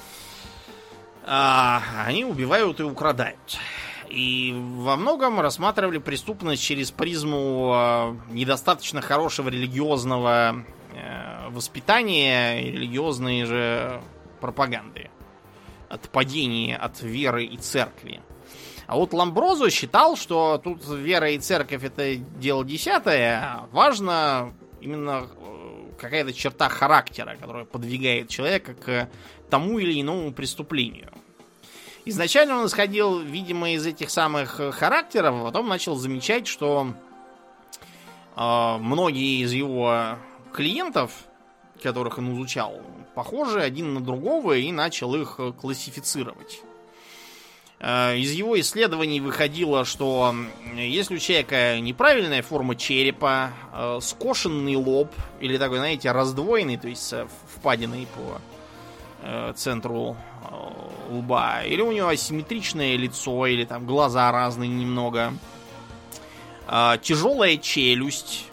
S2: А они убивают и украдают. И во многом рассматривали преступность через призму недостаточно хорошего религиозного воспитания и религиозной же пропаганды. Отпадение от веры и церкви. А вот Ламброзо считал, что тут вера и церковь — это дело десятое, а важно именно какая-то черта характера, которая подвигает человека к тому или иному преступлению. Изначально он исходил, видимо, из этих самых характеров, а потом начал замечать, что э, многие из его клиентов, которых он изучал, похожи один на другого, и начал их классифицировать. Из его исследований выходило, что если у человека неправильная форма черепа, скошенный лоб, или такой, знаете, раздвоенный, то есть впадиной по центру лба, или у него асимметричное лицо, или там глаза разные немного, тяжелая челюсть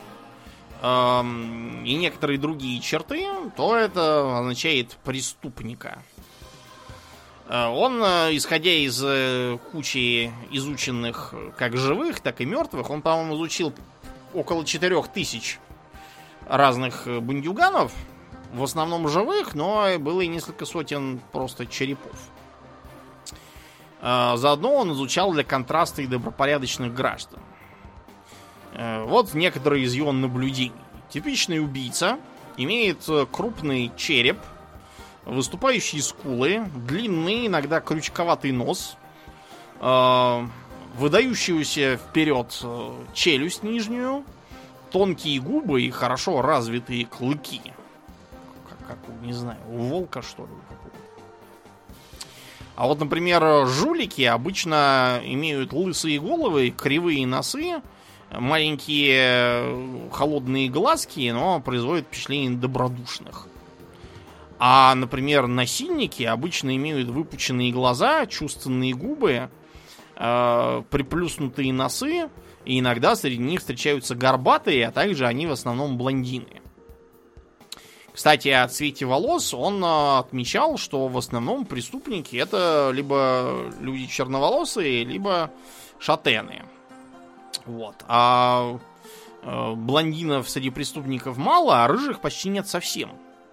S2: и некоторые другие черты, то это означает преступника. Он, исходя из кучи изученных как живых, так и мертвых, он, по-моему, изучил около четырех тысяч разных бандюганов, в основном живых, но было и несколько сотен просто черепов. Заодно он изучал для контраста и добропорядочных граждан. Вот некоторые из его наблюдений. Типичный убийца имеет крупный череп, выступающие скулы, длинный, иногда крючковатый нос, э, выдающуюся вперед челюсть нижнюю, тонкие губы и хорошо развитые клыки. Как, как не знаю, у волка, что ли? А вот, например, жулики обычно имеют лысые головы, кривые носы, маленькие холодные глазки, но производят впечатление добродушных. А, например, насильники обычно имеют выпученные глаза, чувственные губы, э, приплюснутые носы, и иногда среди них встречаются горбатые, а также они в основном блондины. Кстати, о цвете волос он э, отмечал, что в основном преступники это либо люди черноволосые, либо шатены. Вот. А э, блондинов среди преступников мало, а рыжих почти нет совсем.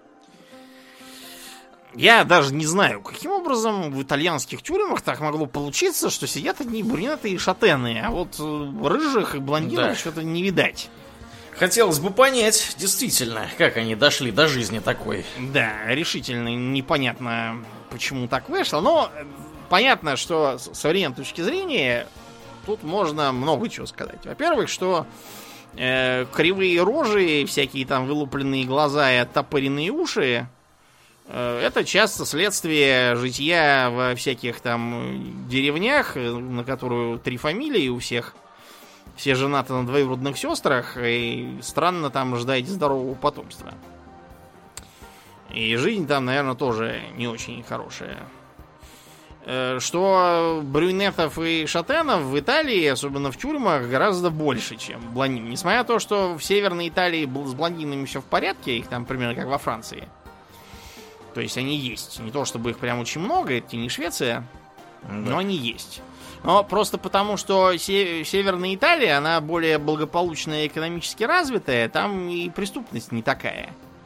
S2: Я даже не знаю, каким образом в итальянских тюрьмах так могло получиться, что сидят одни брюнеты и шатены, а вот рыжих и блондинов да. что-то не видать.
S1: Хотелось бы понять, действительно, как они дошли до жизни такой.
S2: Да, решительно непонятно, почему так вышло, но понятно, что с современной точки зрения тут можно много чего сказать. Во-первых, что э, кривые рожи, всякие там вылупленные глаза и оттопыренные уши, это часто следствие житья во всяких там деревнях, на которую три фамилии у всех. Все женаты на двоюродных сестрах, и странно там ждать здорового потомства. И жизнь там, наверное, тоже не очень хорошая. Что брюнетов и шатенов в Италии, особенно в тюрьмах, гораздо больше, чем блондин. Несмотря на то, что в Северной Италии с блондинами все в порядке, их там примерно как во Франции. То есть они есть. Не то чтобы их прям очень много, это не Швеция, да. но они есть. Но просто потому, что Северная Италия, она более благополучная и экономически развитая, там и преступность не такая.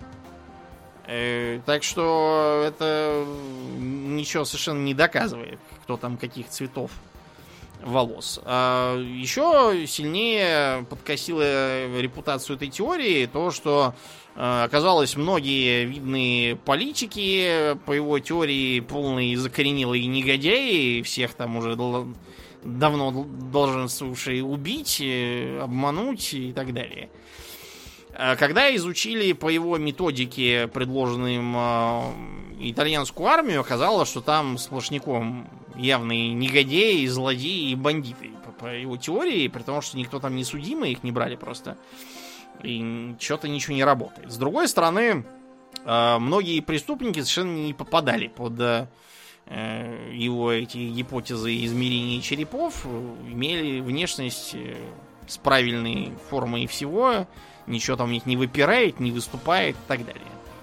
S2: Э, так что это ничего совершенно не доказывает, кто там каких цветов волос. А еще сильнее подкосило репутацию этой теории то, что оказалось, многие видные политики, по его теории, полные закоренелые негодяи, всех там уже давно долженствовавшие убить, обмануть и так далее. Когда изучили по его методике, предложенным итальянскую армию, оказалось, что там сплошняком явные негодяи, злодеи и бандиты. По его теории, при том, что никто там не судимый, их не брали просто. И что-то ничего не работает. С другой стороны, многие преступники совершенно не попадали под его эти гипотезы измерения черепов, имели внешность с правильной формой и всего, ничего там у них не выпирает, не выступает и так далее.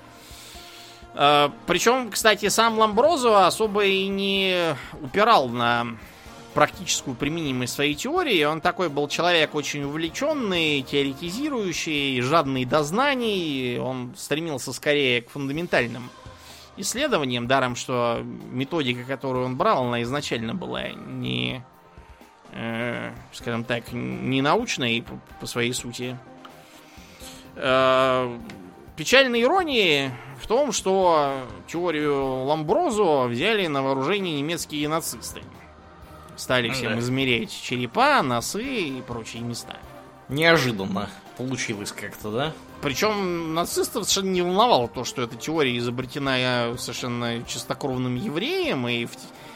S2: Причем, кстати, сам Ламброзо особо и не упирал на практическую применимость своей теории. Он такой был человек очень увлеченный, теоретизирующий, жадный до знаний. Он стремился скорее к фундаментальным исследованиям, даром что методика, которую он брал, она изначально была не, э, скажем так, не научной по, по своей сути. Э, печальной иронии в том, что теорию Ламброзо взяли на вооружение немецкие нацисты. Стали всем да. измерять черепа, носы и прочие места.
S1: Неожиданно получилось как-то, да?
S2: Причем нацистов совершенно не волновало то, что эта теория изобретена совершенно чистокровным евреем, и в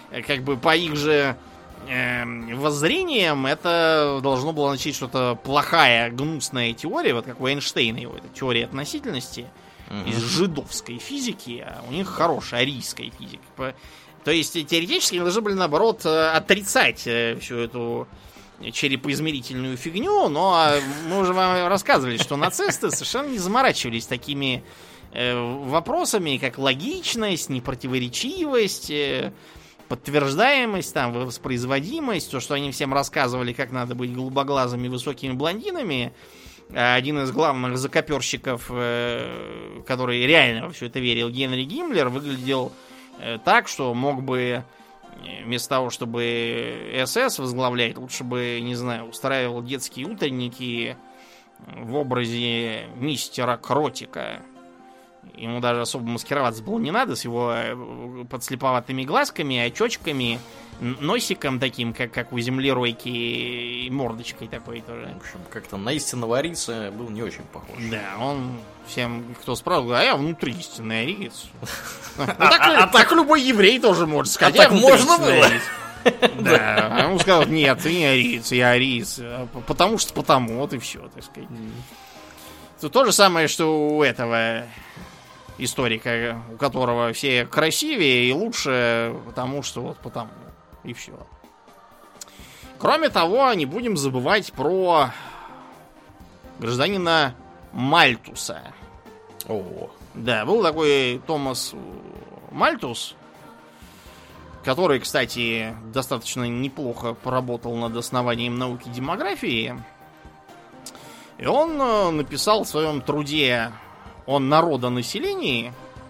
S2: как бы по их же э, воззрениям это должно было означать что-то плохая, гнусная теория, вот как у Эйнштейна его, это теория относительности uh-huh. из жидовской физики, а у них хорошая арийская физика. То есть теоретически они должны были, наоборот, отрицать всю эту черепоизмерительную фигню, но мы уже вам рассказывали, что нацисты совершенно не заморачивались такими э, вопросами, как логичность, непротиворечивость, э, подтверждаемость, там, воспроизводимость, то, что они всем рассказывали, как надо быть голубоглазыми высокими блондинами. Один из главных закоперщиков, э, который реально во все это верил, Генри Гиммлер, выглядел э, так, что мог бы вместо того, чтобы СС возглавлять, лучше бы, не знаю, устраивал детские утренники в образе мистера Кротика. Ему даже особо маскироваться было не надо, с его подслеповатыми глазками, очочками, носиком таким, как, как у землеройки, и мордочкой такой тоже.
S1: В общем, как-то на истинного арийца был не очень похож.
S2: Да, он всем, кто спрашивал, а я внутри истинный ариец. А так любой еврей тоже может сказать.
S1: А так можно было?
S2: Да, а ему сказал, нет, ты не ариец, я ариец. Потому что потому, вот и все, так сказать. Это то же самое, что у этого историка, у которого все красивее и лучше, потому что вот потому. И все. Кроме того, не будем забывать про гражданина Мальтуса.
S1: О.
S2: Да, был такой Томас Мальтус, который, кстати, достаточно неплохо поработал над основанием науки демографии. И он написал в своем труде о народонаселении,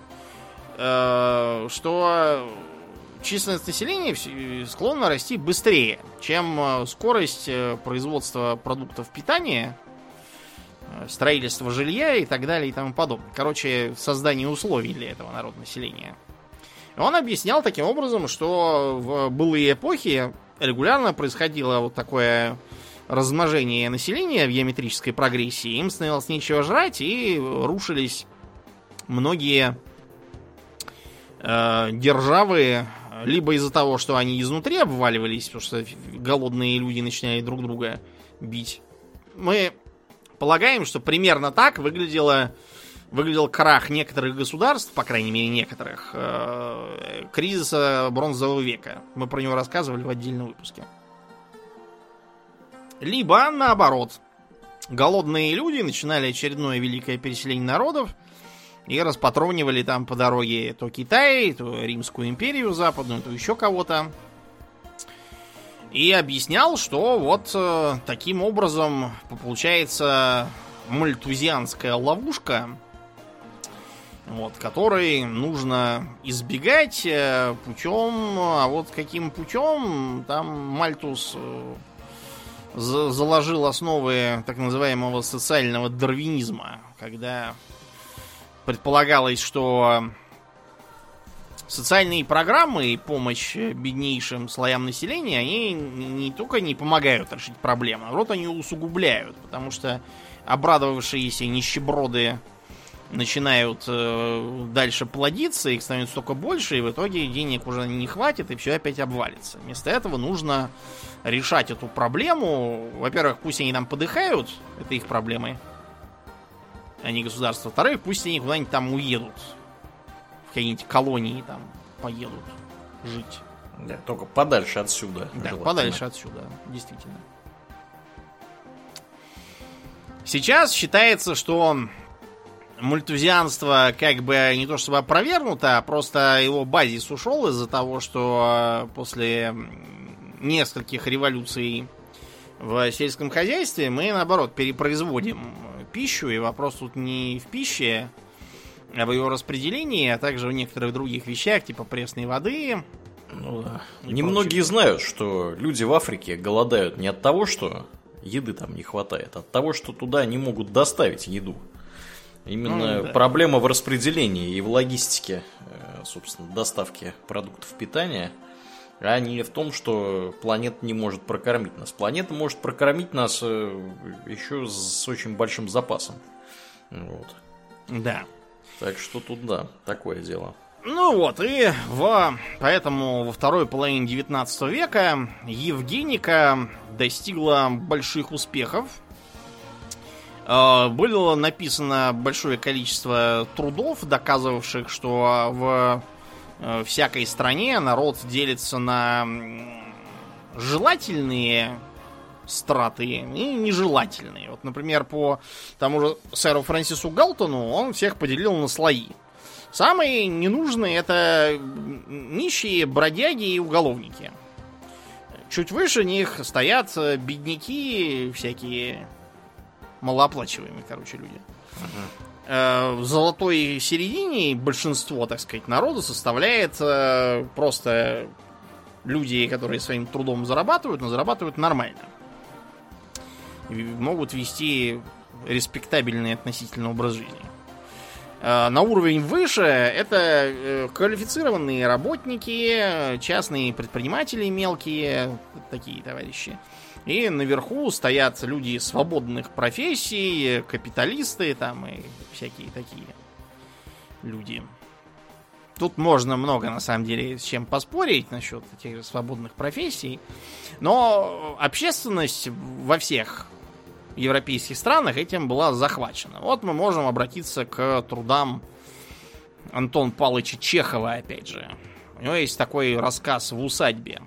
S2: что численность населения склонна расти быстрее, чем скорость производства продуктов питания, строительства жилья и так далее и тому подобное. Короче, создание условий для этого народонаселения. Он объяснял таким образом, что в былые эпохи регулярно происходило вот такое размножение населения в геометрической прогрессии. Им становилось нечего жрать, и рушились многие э, державы, либо из-за того, что они изнутри обваливались, потому что голодные люди начинали друг друга бить. Мы полагаем, что примерно так выглядело, выглядел крах некоторых государств, по крайней мере некоторых, э, кризиса бронзового века. Мы про него рассказывали в отдельном выпуске. Либо, наоборот, голодные люди начинали очередное великое переселение народов и распатронивали там по дороге то Китай, то Римскую империю западную, то еще кого-то. И объяснял, что вот э, таким образом получается мальтузианская ловушка, вот, которой нужно избегать э, путем, а вот каким путем, там Мальтус э, за- заложил основы так называемого социального дарвинизма, когда предполагалось, что социальные программы и помощь беднейшим слоям населения, они не только не помогают решить проблемы, а наоборот, они усугубляют, потому что обрадовавшиеся нищеброды начинают э, дальше плодиться, их становится только больше, и в итоге денег уже не хватит, и все опять обвалится. Вместо этого нужно решать эту проблему. Во-первых, пусть они там подыхают, это их проблемы, а не государство. Во-вторых, пусть они куда-нибудь там уедут, в какие-нибудь колонии там поедут жить.
S1: Да, только подальше отсюда.
S2: Да, подальше отсюда, действительно. Сейчас считается, что мальтузианство как бы не то чтобы опровергнуто, а просто его базис ушел из-за того, что после нескольких революций в сельском хозяйстве мы, наоборот, перепроизводим пищу, и вопрос тут не в пище, а в ее распределении, а также в некоторых других вещах, типа пресной воды.
S1: Ну, да. Немногие знают, что люди в Африке голодают не от того, что еды там не хватает, а от того, что туда не могут доставить еду. Именно ну, да. Проблема в распределении и в логистике, собственно, доставки продуктов питания, а не в том, что планета не может прокормить нас. Планета может прокормить нас еще с очень большим запасом. Вот.
S2: Да.
S1: Так что тут, да, такое дело.
S2: Ну вот, и в, поэтому во второй половине девятнадцатого века Евгеника достигла больших успехов. Было написано большое количество трудов, доказывавших, что в всякой стране народ делится на желательные страты и нежелательные. Вот, например, по тому же сэру Фрэнсису Галтону он всех поделил на слои. Самые ненужные — это нищие, бродяги и уголовники. Чуть выше них стоят бедняки, всякие малооплачиваемые, короче, люди. Uh-huh. В золотой середине большинство, так сказать, народа составляет просто люди, которые своим трудом зарабатывают, но зарабатывают нормально. И могут вести респектабельный относительно образ жизни. На уровень выше это квалифицированные работники, частные предприниматели мелкие, такие товарищи. И наверху стоят люди свободных профессий, капиталисты там и всякие такие люди. Тут можно много, на самом деле, с чем поспорить насчет этих свободных профессий. Но общественность во всех европейских странах этим была захвачена. Вот мы можем обратиться к трудам Антона Павловича Чехова, опять же. У него есть такой рассказ «В усадьбе».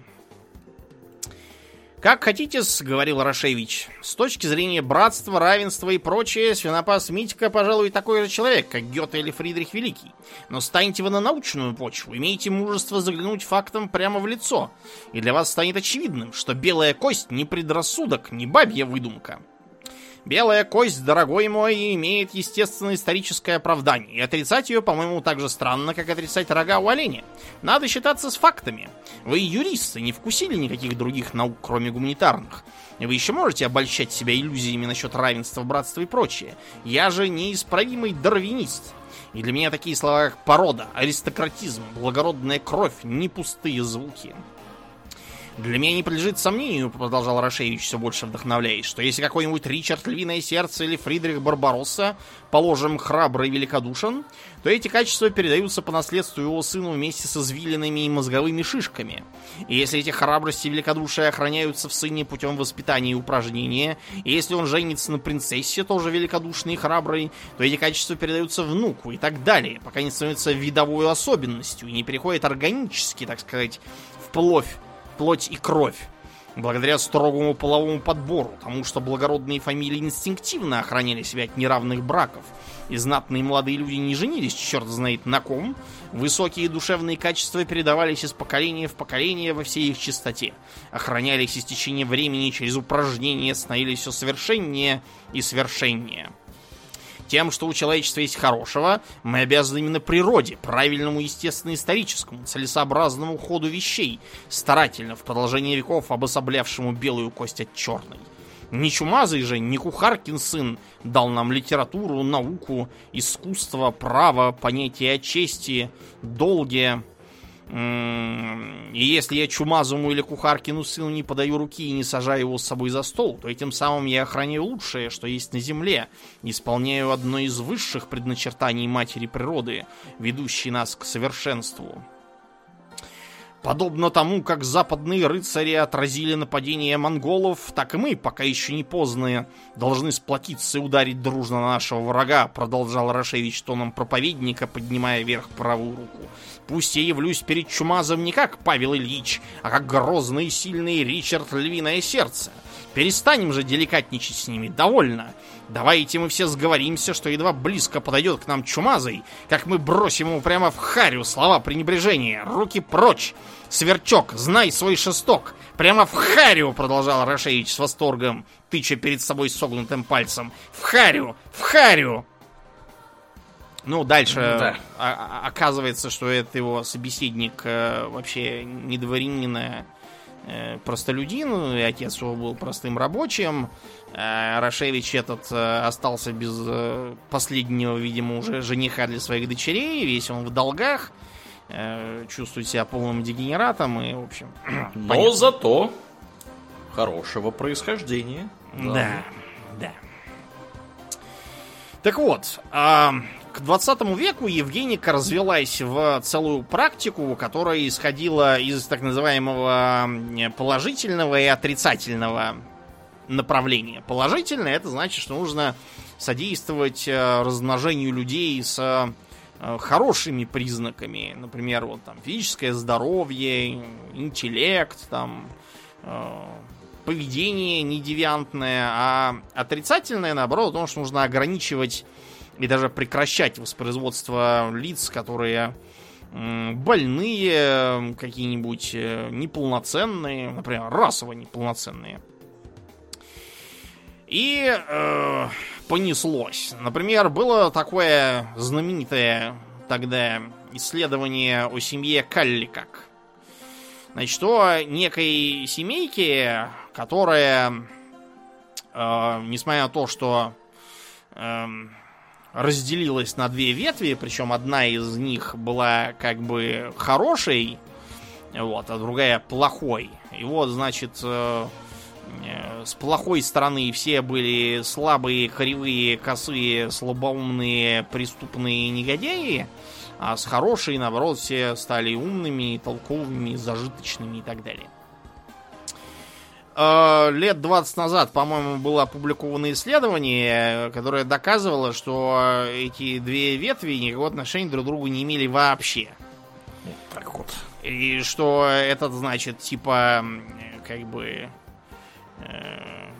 S2: «Как хотите, — говорил Рашевич, — с точки зрения братства, равенства и прочее, свинопас Митька, пожалуй, такой же человек, как Гёте или Фридрих Великий. Но станьте вы на научную почву, имейте мужество заглянуть фактам прямо в лицо, и для вас станет очевидным, что белая кость не предрассудок, не бабья выдумка. Белая кость, дорогой мой, имеет естественное историческое оправдание, и отрицать ее, по-моему, так же странно, как отрицать рога у оленя. Надо считаться с фактами. Вы юристы, не вкусили никаких других наук, кроме гуманитарных. Вы еще можете обольщать себя иллюзиями насчет равенства, братства и прочее. Я же неисправимый дарвинист. И для меня такие слова, как порода, аристократизм, благородная кровь, не пустые звуки. Для меня не подлежит сомнению, — продолжал Рашевич, все больше вдохновляясь, — что если какой-нибудь Ричард Львиное Сердце или Фридрих Барбаросса, положим, храбрый и великодушен, то эти качества передаются по наследству его сыну вместе с извилинами и мозговыми шишками. И если эти храбрости и великодушие охраняются в сыне путем воспитания и упражнения, и если он женится на принцессе, тоже великодушной и храброй, то эти качества передаются внуку и так далее, пока не становятся видовой особенностью и не переходят органически, так сказать, в плоть, плоть и кровь, благодаря строгому половому подбору, тому что благородные фамилии инстинктивно охраняли себя от неравных браков, и знатные молодые люди не женились черт знает на ком, высокие душевные качества передавались из поколения в поколение во всей их чистоте, охранялись из течения времени через упражнения, становились все совершеннее и совершеннее. Тем, что у человечества есть хорошего, мы обязаны именно природе, правильному естественно-историческому, целесообразному ходу вещей, старательно в продолжение веков обособлявшему белую кость от черной. Не чумазый же, не Кухаркин сын дал нам литературу, науку, искусство, право, понятие о чести, долге. И если я Чумазому или Кухаркину сыну не подаю руки и не сажаю его с собой за стол, то этим самым я охраняю лучшее, что есть на земле, исполняю одно из высших предначертаний матери природы, ведущей нас к совершенству. Подобно тому, как западные рыцари отразили нападение монголов, так и мы, пока еще не поздно, должны сплотиться и ударить дружно на нашего врага, продолжал Рашевич тоном проповедника, поднимая вверх правую руку. Пусть я явлюсь перед Чумазом не как Павел Ильич, а как грозный и сильный Ричард Львиное Сердце. Перестанем же деликатничать с ними, довольно. Давайте мы все сговоримся, что едва близко подойдет к нам Чумазый, как мы бросим ему прямо в харю слова пренебрежения. Руки прочь! Сверчок, знай свой шесток! Прямо в харю, продолжал Рашевич с восторгом, тыча перед собой согнутым пальцем. В харю! В харю! Ну, дальше да. а- оказывается, что это его собеседник э, вообще не дворянин, а э, простолюдин, и отец его был простым рабочим. Э, Рашевич этот э, остался без э, последнего, видимо, уже жениха для своих дочерей, весь он в долгах, э, чувствует себя полным дегенератом и, в общем...
S1: Но
S2: понятно.
S1: Зато хорошего происхождения.
S2: Да, да. да. Так вот, э, к К двадцатому веку евгеника развелась в целую практику, которая исходила из так называемого положительного и отрицательного направления. Положительное — это значит, что нужно содействовать размножению людей с хорошими признаками. Например, вот там физическое здоровье, интеллект, там поведение недевиантное. А отрицательное, наоборот, потому что нужно ограничивать и даже прекращать воспроизводство лиц, которые больные, какие-нибудь неполноценные, например, расово неполноценные. И э, понеслось. Например, было такое знаменитое тогда исследование о семье Калликак. Значит, о некой семейке, которая, э, несмотря на то, что э, разделилась на две ветви, причем одна из них была как бы хорошей, вот, а другая плохой. И вот, значит, э, э, с плохой стороны все были слабые, кривые, косые, слабоумные, преступные негодяи, а с хорошей, наоборот, все стали умными, толковыми, зажиточными и так далее. Лет двадцать назад, по-моему, было опубликовано исследование, которое доказывало, что эти две ветви никакого отношения друг к другу не имели вообще.
S1: Так вот.
S2: И что этот, значит, типа, как бы э,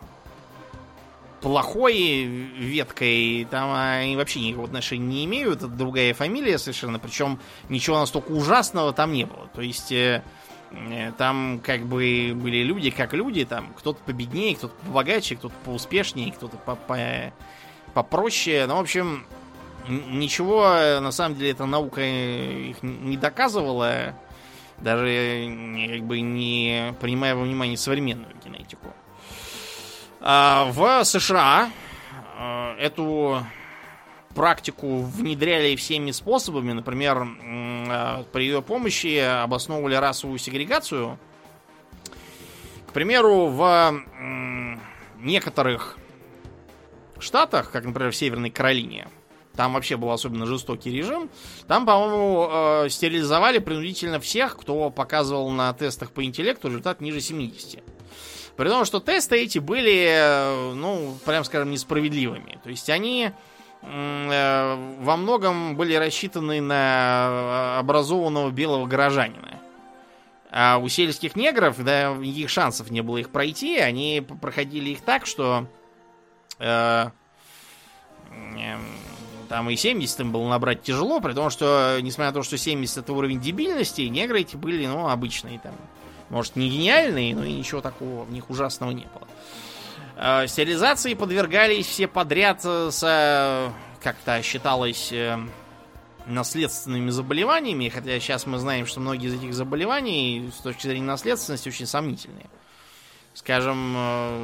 S2: плохой веткой, там они вообще никакого отношения не имеют. Это другая фамилия совершенно, причем ничего настолько ужасного там не было. То есть там как бы были люди как люди, там кто-то победнее, кто-то побогаче, кто-то поуспешнее, кто-то попроще. Ну, в общем, ничего, на самом деле, эта наука их не доказывала, даже как бы не принимая во внимание современную генетику. А в США эту практику внедряли всеми способами. Например, при ее помощи обосновывали расовую сегрегацию. К примеру, в некоторых штатах, как, например, в Северной Каролине, там вообще был особенно жестокий режим, там, по-моему, стерилизовали принудительно всех, кто показывал на тестах по интеллекту результат ниже семидесяти. При том, что тесты эти были, ну, прям скажем, несправедливыми. То есть они во многом были рассчитаны на образованного белого горожанина. А у сельских негров, да, никаких шансов не было их пройти. Они проходили их так, что э, э, там и семьдесят им было набрать тяжело, при том, что, несмотря на то, что семьдесят это уровень дебильности, негры эти были, ну, обычные там. Может, не гениальные, но и ничего такого в них ужасного не было. Стерилизации подвергались все подряд с, как-то считалось, наследственными заболеваниями, хотя сейчас мы знаем, что многие из этих заболеваний с точки зрения наследственности очень сомнительные. Скажем,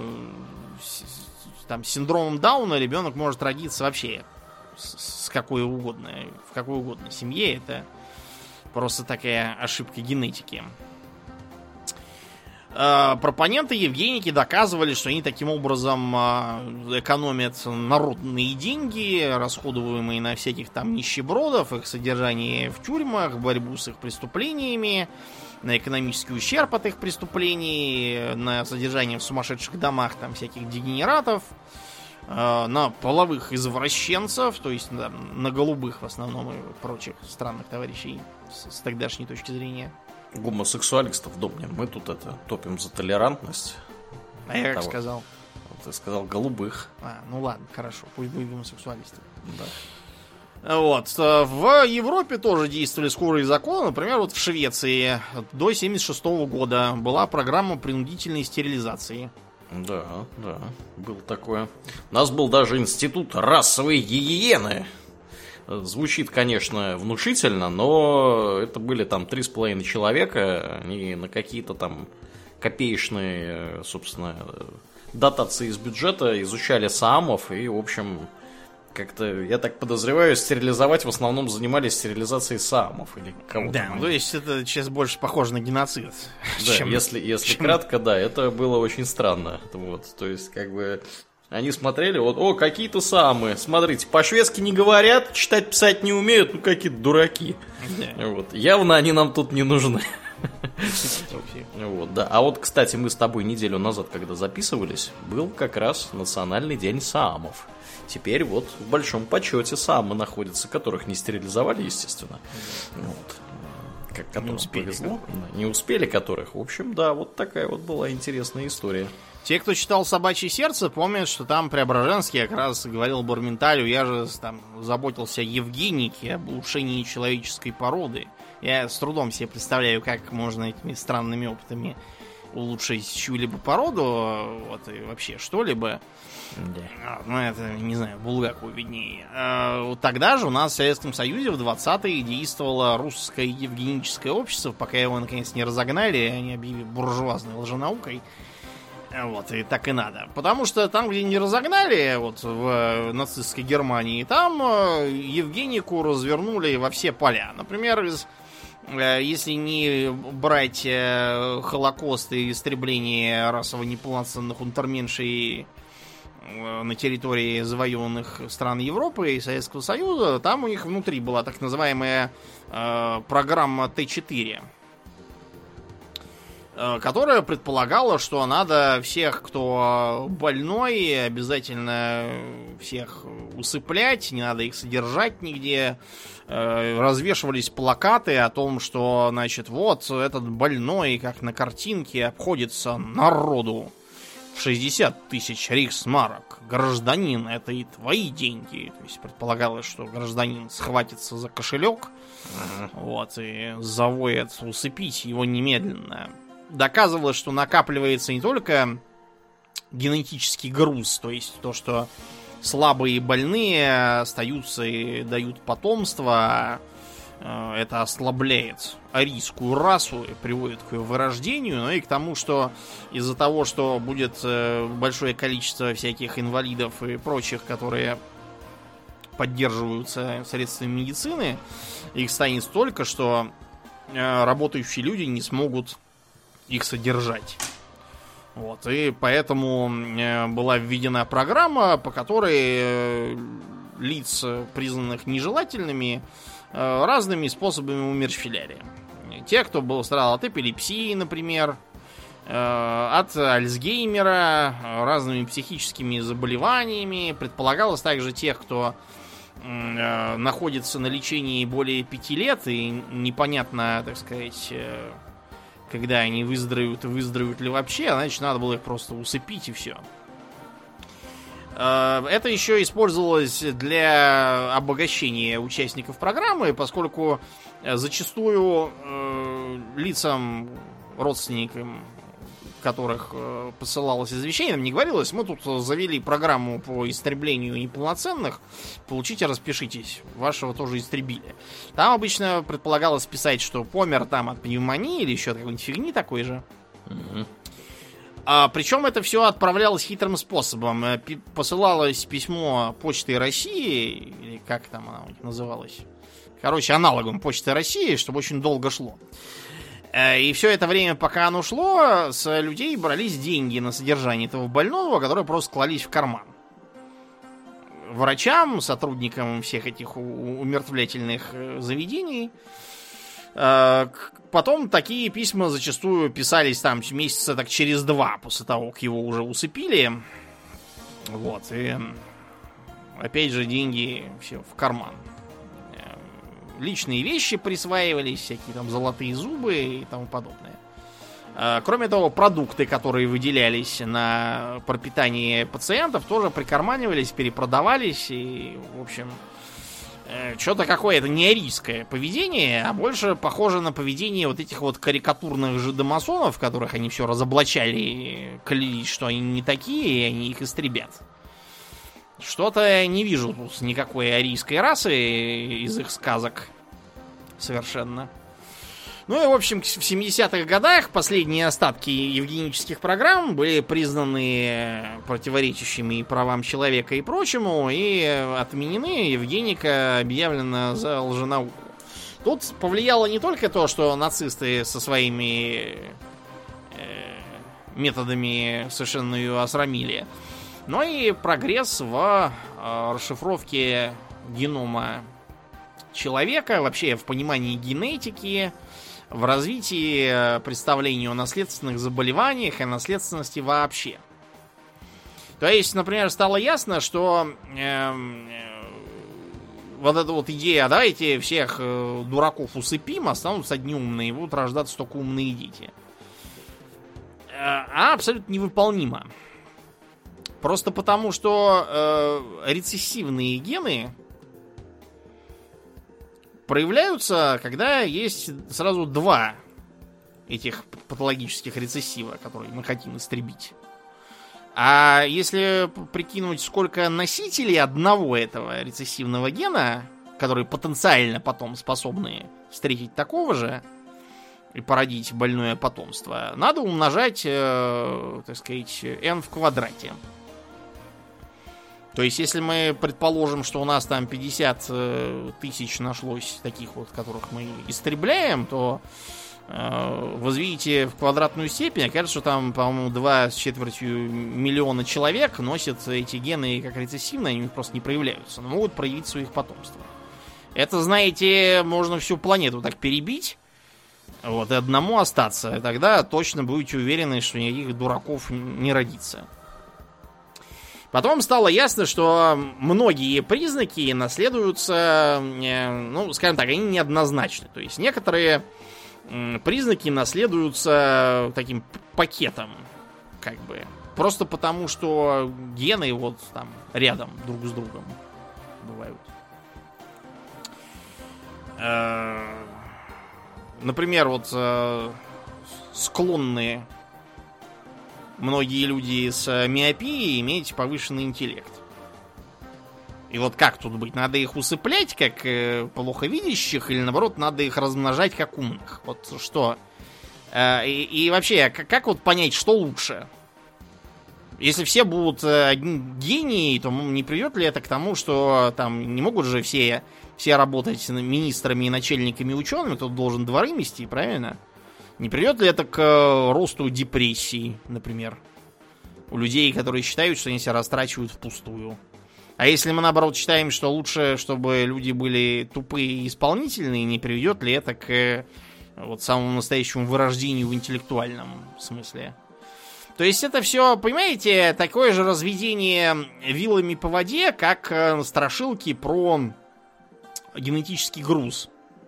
S2: там, с синдромом Дауна ребенок может родиться вообще с какой угодно, в какой угодно семье. Это просто такая ошибка генетики. Пропоненты евгеники доказывали, что они таким образом экономят народные деньги, расходуемые на всяких там нищебродов, их содержание в тюрьмах, борьбу с их преступлениями, на экономический ущерб от их преступлений, на содержание в сумасшедших домах там всяких дегенератов, на половых извращенцев, то есть да, на голубых в основном и прочих странных товарищей с, с тогдашней точки зрения.
S1: Гомосексуалистов домнем. Мы тут это топим за толерантность.
S2: А я как того. сказал?
S1: Ты сказал голубых.
S2: А, ну ладно, хорошо, пусть будет гомосексуалисты.
S1: Да.
S2: Вот. В Европе тоже действовали скорые законы. Например, вот в Швеции до семьдесят шестого года была программа принудительной стерилизации.
S1: Да, да, было такое. У нас был даже институт расовой гигиены. Звучит, конечно, внушительно, но это были там три с половиной человека, они на какие-то там копеечные, собственно, дотации из бюджета изучали саамов, и, в общем, как-то, я так подозреваю, стерилизовать в основном занимались стерилизацией саамов или кого-то.
S2: Да, ну, то есть это сейчас больше похоже на геноцид.
S1: Да, чем, если, если чем... кратко, да, это было очень странно. Вот, то есть, как бы... Они смотрели, вот, о, какие-то самые, смотрите, по-шведски не говорят, читать, писать не умеют, ну какие-то дураки. Да. Вот. Явно они нам тут не нужны. Вот, да. А вот, кстати, мы с тобой неделю назад, когда записывались, был как раз Национальный день саамов. Теперь вот в большом почете саамы находятся, которых не стерилизовали, естественно. Вот. Как не успели, повезло. Да, не успели которых. В общем, да, вот такая вот была интересная история.
S2: Те, кто читал «Собачье сердце», помнят, что там Преображенский как раз говорил Бурменталю: я же там заботился о Евгенике, об улучшении человеческой породы. Я с трудом себе представляю, как можно этими странными опытами улучшить чью-либо породу, вот, и вообще что-либо. Да. Ну, это, не знаю, Булгакову виднее. А, вот тогда же у нас в Советском Союзе в двадцатые действовало русское евгеническое общество, пока его наконец не разогнали, они объявили буржуазной лженаукой. Вот, и так и надо. Потому что там, где не разогнали, вот в нацистской Германии, там Евгенику развернули во все поля. Например, из, если не брать Холокост и истребление расово неполноценных унтерменшей на территории завоеванных стран Европы и Советского Союза, там у них внутри была так называемая э, программа Т четыре, э, которая предполагала, что надо всех, кто больной, обязательно всех усыплять, не надо их содержать нигде. Э, развешивались плакаты о том, что, значит, вот этот больной, как на картинке, обходится народу шестьдесят тысяч рейхсмарок. Гражданин, это и твои деньги. То есть предполагалось, что гражданин схватится за кошелек, uh-huh. вот, и завоет усыпить его немедленно. Доказывалось, что накапливается не только генетический груз, то есть то, что слабые и больные остаются и дают потомство, это ослабляет арийскую расу и приводит к ее вырождению, но и к тому, что из-за того, что будет большое количество всяких инвалидов и прочих, которые поддерживаются средствами медицины, их станет столько, что работающие люди не смогут их содержать. Вот, и поэтому была введена программа, по которой лиц, признанных нежелательными, разными способами умерщвляли. Те, кто был страдал от эпилепсии, например, от Альцгеймера, разными психическими заболеваниями. Предполагалось также тех, кто находится на лечении более пяти лет, и непонятно, так сказать, когда они выздоровеют и выздоровеют ли вообще, значит, надо было их просто усыпить и все. Это еще использовалось для обогащения участников программы, поскольку зачастую э, лицам, родственникам, которых э, посылалось извещение, нам не говорилось: мы тут завели программу по истреблению неполноценных, получите, распишитесь, вашего тоже истребили. Там обычно предполагалось писать, что помер там от пневмонии или еще от какой-нибудь фигни такой же. Mm-hmm. А, причем это все отправлялось хитрым способом. Посылалось письмо Почтой России, или как там она называлась? Короче, аналогом Почты России, чтобы очень долго шло. И все это время, пока оно шло, с людей брались деньги на содержание этого больного, которые просто клались в карман. Врачам, сотрудникам всех этих умертвлятельных заведений. Потом такие письма зачастую писались там месяца так через два после того, как его уже усыпили. Вот, и опять же деньги все в карман. Личные вещи присваивались, всякие там золотые зубы и тому подобное. Кроме того, продукты, которые выделялись на пропитание пациентов, тоже прикарманивались, перепродавались. И, в общем, что-то какое-то не арийское поведение, а больше похоже на поведение вот этих вот карикатурных жидомасонов, которых они все разоблачали и клялись, что они не такие, и они их истребят. Что-то не вижу тут никакой арийской расы из их сказок совершенно. Ну и, в общем, в семидесятых годах последние остатки евгенических программ были признаны противоречащими правам человека и прочему, и отменены. Евгеника объявлена за лженауку. Тут повлияло не только то, что нацисты со своими э, методами совершенно ее осрамили, но и прогресс в э, расшифровке генома человека, вообще в понимании генетики, в развитии представления о наследственных заболеваниях и наследственности вообще. То есть, например, стало ясно, что э, вот эта вот идея, давайте всех э, дураков усыпим, останутся одни умные, будут рождаться только умные дети. Э, а абсолютно невыполнима. Просто потому, что э, рецессивные гены проявляются, когда есть сразу два этих патологических рецессива, которые мы хотим истребить. А если прикинуть, сколько носителей одного этого рецессивного гена, которые потенциально потом способны встретить такого же и породить больное потомство, надо умножать, э, так сказать, n в квадрате. То есть, если мы предположим, что у нас там пятьдесят тысяч нашлось таких вот, которых мы истребляем, то э, возведите в квадратную степень, окажется, что там, по-моему, два с четвертью миллиона человек носят эти гены как рецессивные, они у них просто не проявляются, но могут проявить своих потомств. Это, знаете, можно всю планету так перебить, вот, и одному остаться. Тогда точно будете уверены, что никаких дураков не родится. Потом стало ясно, что многие признаки наследуются, ну, скажем так, они неоднозначны. То есть некоторые признаки наследуются таким пакетом, как бы. Просто потому, что гены вот там рядом друг с другом бывают. Например, вот склонные многие люди с миопией иметь повышенный интеллект. И вот как тут быть? Надо их усыплять, как э, плохо видящих, или наоборот, надо их размножать, как умных? Вот что? Э, и, и вообще, как, как вот понять, что лучше? Если все будут э, гении, то не приведет ли это к тому, что там не могут же все, все работать министрами и начальниками учеными, кто должен дворы мести, правильно? Не приведет ли это к э, росту депрессии, например, у людей, которые считают, что они себя растрачивают впустую? А если мы, наоборот, считаем, что лучше, чтобы люди были тупые и исполнительные, не приведет ли это к э, вот самому настоящему вырождению в интеллектуальном смысле? То есть это все, понимаете, такое же разведение вилами по воде, как э, страшилки про генетический груз.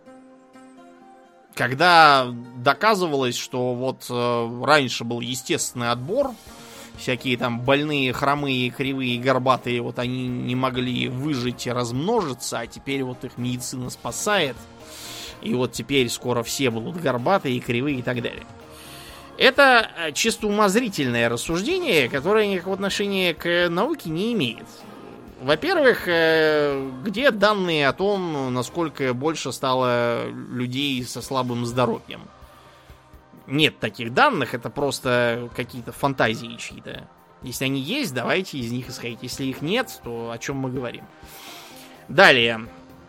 S2: Когда доказывалось, что вот э, раньше был естественный отбор, всякие там больные, хромые, кривые, горбатые, вот они не могли выжить и размножиться, а теперь вот их медицина спасает, и вот теперь скоро все будут горбатые, кривые и так далее. Это чисто умозрительное рассуждение, которое никакого отношения к науке не имеет. Во-первых, где данные о том, насколько больше стало людей со слабым здоровьем? Нет таких данных, это просто какие-то фантазии чьи-то. Если они есть, давайте из них исходить. Если их нет, то о чем мы говорим? Далее.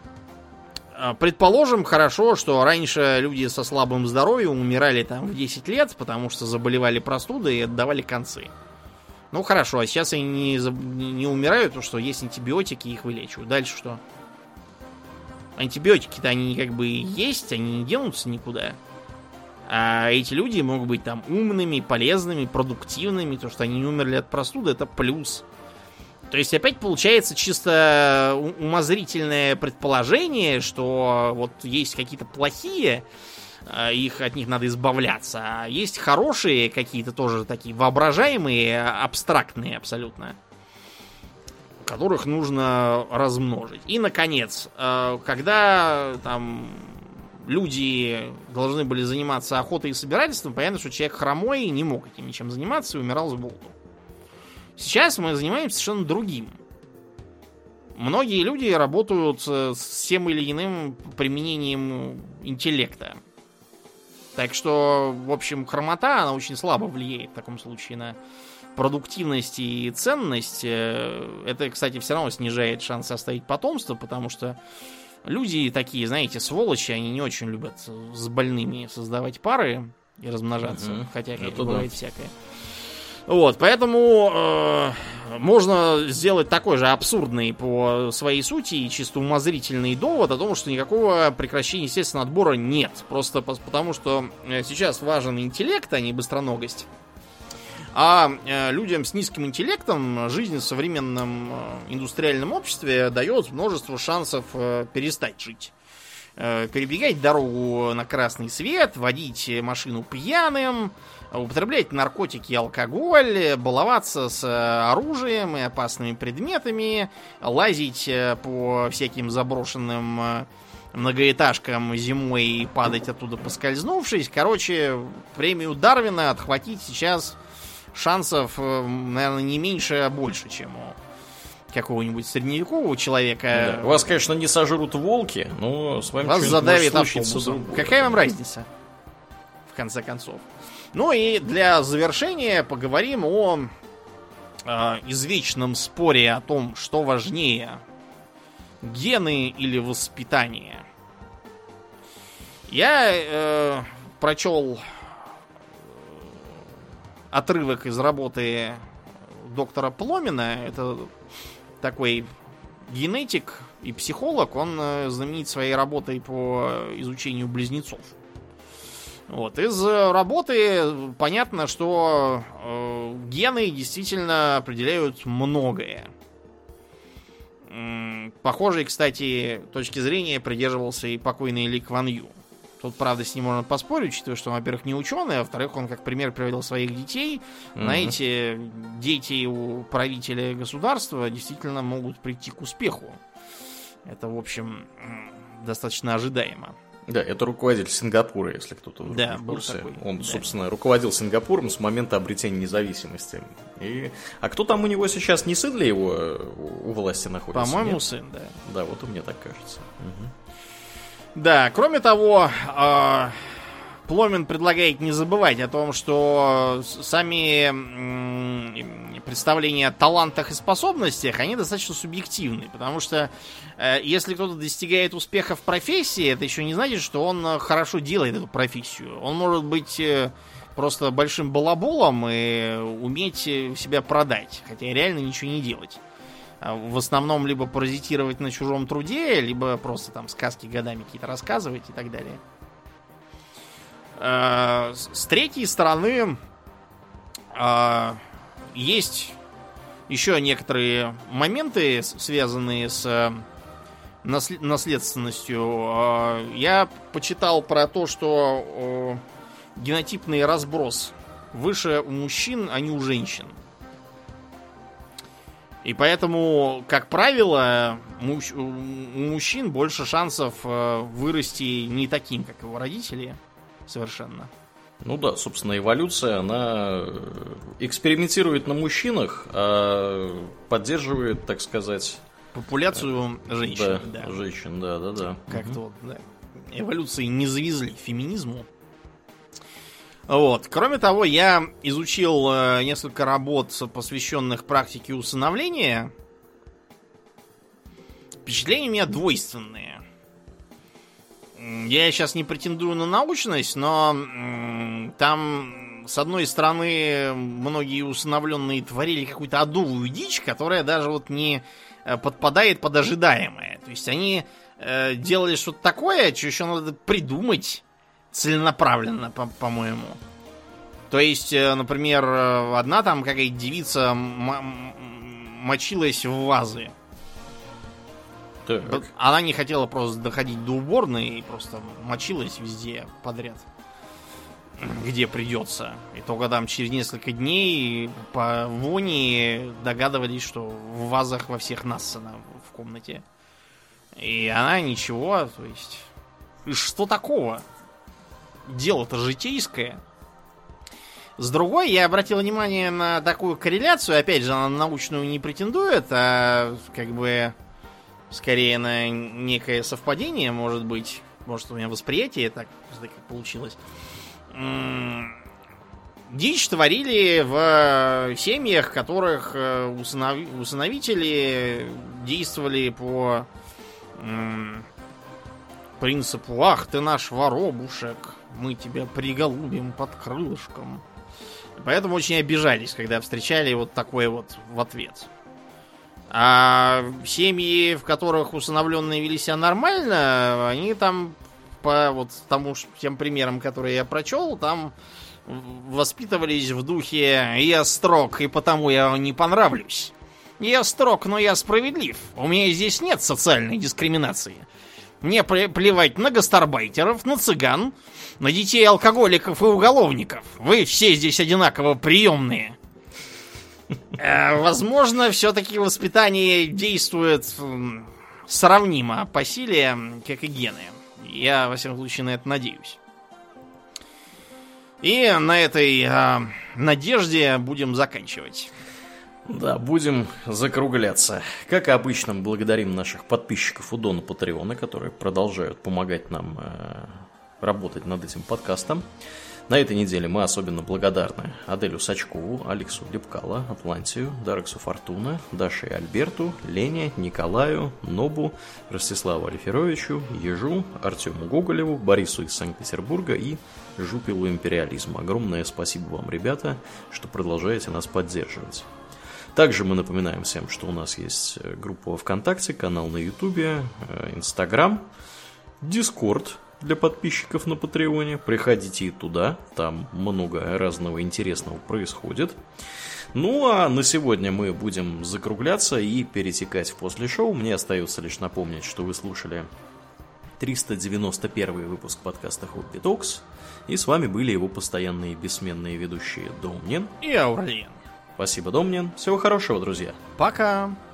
S2: Предположим, хорошо, что раньше люди со слабым здоровьем умирали там в десять лет, потому что заболевали простудой и отдавали концы. Ну хорошо, а сейчас они не, не умирают, потому что есть антибиотики, их вылечивают. Дальше что? Антибиотики-то они как бы есть, они не денутся никуда. А эти люди могут быть там умными, полезными, продуктивными. То, что они не умерли от простуды, это плюс. То есть опять получается чисто умозрительное предположение, что вот есть какие-то плохие, их, от них надо избавляться, а есть хорошие какие-то тоже такие воображаемые, абстрактные абсолютно, которых нужно размножить. И, наконец, когда там люди должны были заниматься охотой и собирательством, понятно, что человек хромой не мог этим ничем заниматься и умирал с голоду. Сейчас мы занимаемся совершенно другим. Многие люди работают с тем или иным применением интеллекта. Так что, в общем, хромота, она очень слабо влияет в таком случае на продуктивность и ценность. Это, кстати, все равно снижает шансы оставить потомство, потому что люди такие, знаете, сволочи, они не очень любят с больными создавать пары и размножаться, угу. Хотя, конечно, бывает да. всякое. Вот, поэтому э, можно сделать такой же абсурдный по своей сути и чисто умозрительный довод о том, что никакого прекращения естественного отбора нет. Просто потому, что сейчас важен интеллект, а не быстроногость. А э, людям с низким интеллектом жизнь в современном э, индустриальном обществе дает множество шансов э, перестать жить. Э, перебегать дорогу на красный свет, водить машину пьяным, употреблять наркотики и алкоголь, баловаться с оружием и опасными предметами, лазить по всяким заброшенным многоэтажкам зимой и падать оттуда поскользнувшись. Короче, премию Дарвина отхватить сейчас шансов, наверное, не меньше, а больше, чем у какого-нибудь средневекового человека.
S1: Да. Вас, конечно, не сожрут волки, но с вами
S2: вас задавит
S1: автобусом.
S2: Другое. Какая вам разница? В конце концов. Ну и для завершения поговорим о э, извечном споре о том, что важнее, гены или воспитание. Я э, прочел отрывок из работы доктора Пломина. Это такой генетик и психолог. Он знаменит своей работой по изучению близнецов. Вот. Из работы понятно, что э, гены действительно определяют многое. М-м, похожей, кстати, точки зрения придерживался и покойный Ли Кван Ю. Тут, правда, с ним можно поспорить, учитывая, что он, во-первых, не ученый, а во-вторых, он как пример приводил своих детей. Mm-hmm. Знаете, дети у правителя государства действительно могут прийти к успеху. Это, в общем, достаточно ожидаемо.
S1: Да, это руководитель Сингапура, если кто-то
S2: да,
S1: в курсе.
S2: Такой.
S1: Он,
S2: да.
S1: собственно, руководил Сингапуром с момента обретения независимости. И... А кто там у него сейчас, не сын ли его у власти находится?
S2: По-моему,
S1: нет?
S2: сын, да.
S1: Да, вот и мне так кажется. Угу.
S2: Да, кроме того, э, Пломин предлагает не забывать о том, что сами э, представления о талантах и способностях, они достаточно субъективны, потому что э, если кто-то достигает успеха в профессии, это еще не значит, что он хорошо делает эту профессию. Он может быть э, просто большим балаболом и уметь себя продать, хотя реально ничего не делать. В основном либо паразитировать на чужом труде, либо просто там сказки годами какие-то рассказывать и так далее. С третьей стороны, есть еще некоторые моменты, связанные с наследственностью. Я почитал про то, что генотипный разброс выше у мужчин, а не у женщин. И поэтому, как правило, муж, у мужчин больше шансов вырасти не таким, как его родители, совершенно.
S1: Ну да, собственно, эволюция, она экспериментирует на мужчинах, а поддерживает, так сказать...
S2: Популяцию женщин.
S1: Да,
S2: да.
S1: женщин, да, да, да.
S2: Как-то вот, да. Эволюции не завезли к феминизму. Вот. Кроме того, я изучил э, несколько работ, посвященных практике усыновления. Впечатления у меня двойственные. Я сейчас не претендую на научность, но м- там, с одной стороны, многие усыновленные творили какую-то адовую дичь, которая даже вот не подпадает под ожидаемое. То есть они э, делали что-то такое, что еще надо придумать целенаправленно, по- по-моему. То есть, например, одна там какая-то девица м- мочилась в вазы.
S1: Так.
S2: Она не хотела просто доходить до уборной и просто мочилась везде подряд, где придется. И только там через несколько дней по воне догадывались, что в вазах во всех нассано в комнате. И она ничего, то есть... И что такого? Дело-то житейское. С другой, я обратил внимание на такую корреляцию. Опять же, она на научную не претендует, а как бы скорее на некое совпадение, может быть. Может, у меня восприятие так, так получилось. Дичь творили в семьях, в которых усынов... усыновители действовали по м, принципу: ах ты наш воробушек, мы тебя приголубим под крылышком. Поэтому очень обижались, когда встречали вот такое вот в ответ. А семьи, в которых усыновленные вели себя нормально, они там по вот тому, тем примерам, которые я прочел, там воспитывались в духе «я строг, и потому я вам не понравлюсь». «Я строг, но я справедлив. У меня здесь нет социальной дискриминации. Мне плевать на гастарбайтеров, на цыган, на детей алкоголиков и уголовников. Вы все здесь одинаково приемные». Возможно, все-таки воспитание действует сравнимо по силе, как и гены. Я, во всяком случае, на это надеюсь. И на этой э, надежде будем заканчивать.
S1: Да, будем закругляться. Как обычно, благодарим наших подписчиков у Дона Патреона, которые продолжают помогать нам э, работать над этим подкастом. На этой неделе мы особенно благодарны Аделю Сачкову, Алексу Лепкало, Атлантию, Дарексу Фортуна, Даше и Альберту, Лене, Николаю, Нобу, Ростиславу Алиферовичу, Ежу, Артему Гоголеву, Борису из Санкт-Петербурга и Жупилу Империализма. Огромное спасибо вам, ребята, что продолжаете нас поддерживать. Также мы напоминаем всем, что у нас есть группа во ВКонтакте, канал на Ютубе, Инстаграм, Дискорд для подписчиков на Патреоне. Приходите и туда, там много разного интересного происходит. Ну а на сегодня мы будем закругляться и перетекать в после шоу. Мне остается лишь напомнить, что вы слушали триста девяносто первый выпуск подкаста Hobby Talks. И с вами были его постоянные бессменные ведущие Домнин
S2: и Аурлиен.
S1: Спасибо, Домнин. Всего хорошего, друзья.
S2: Пока.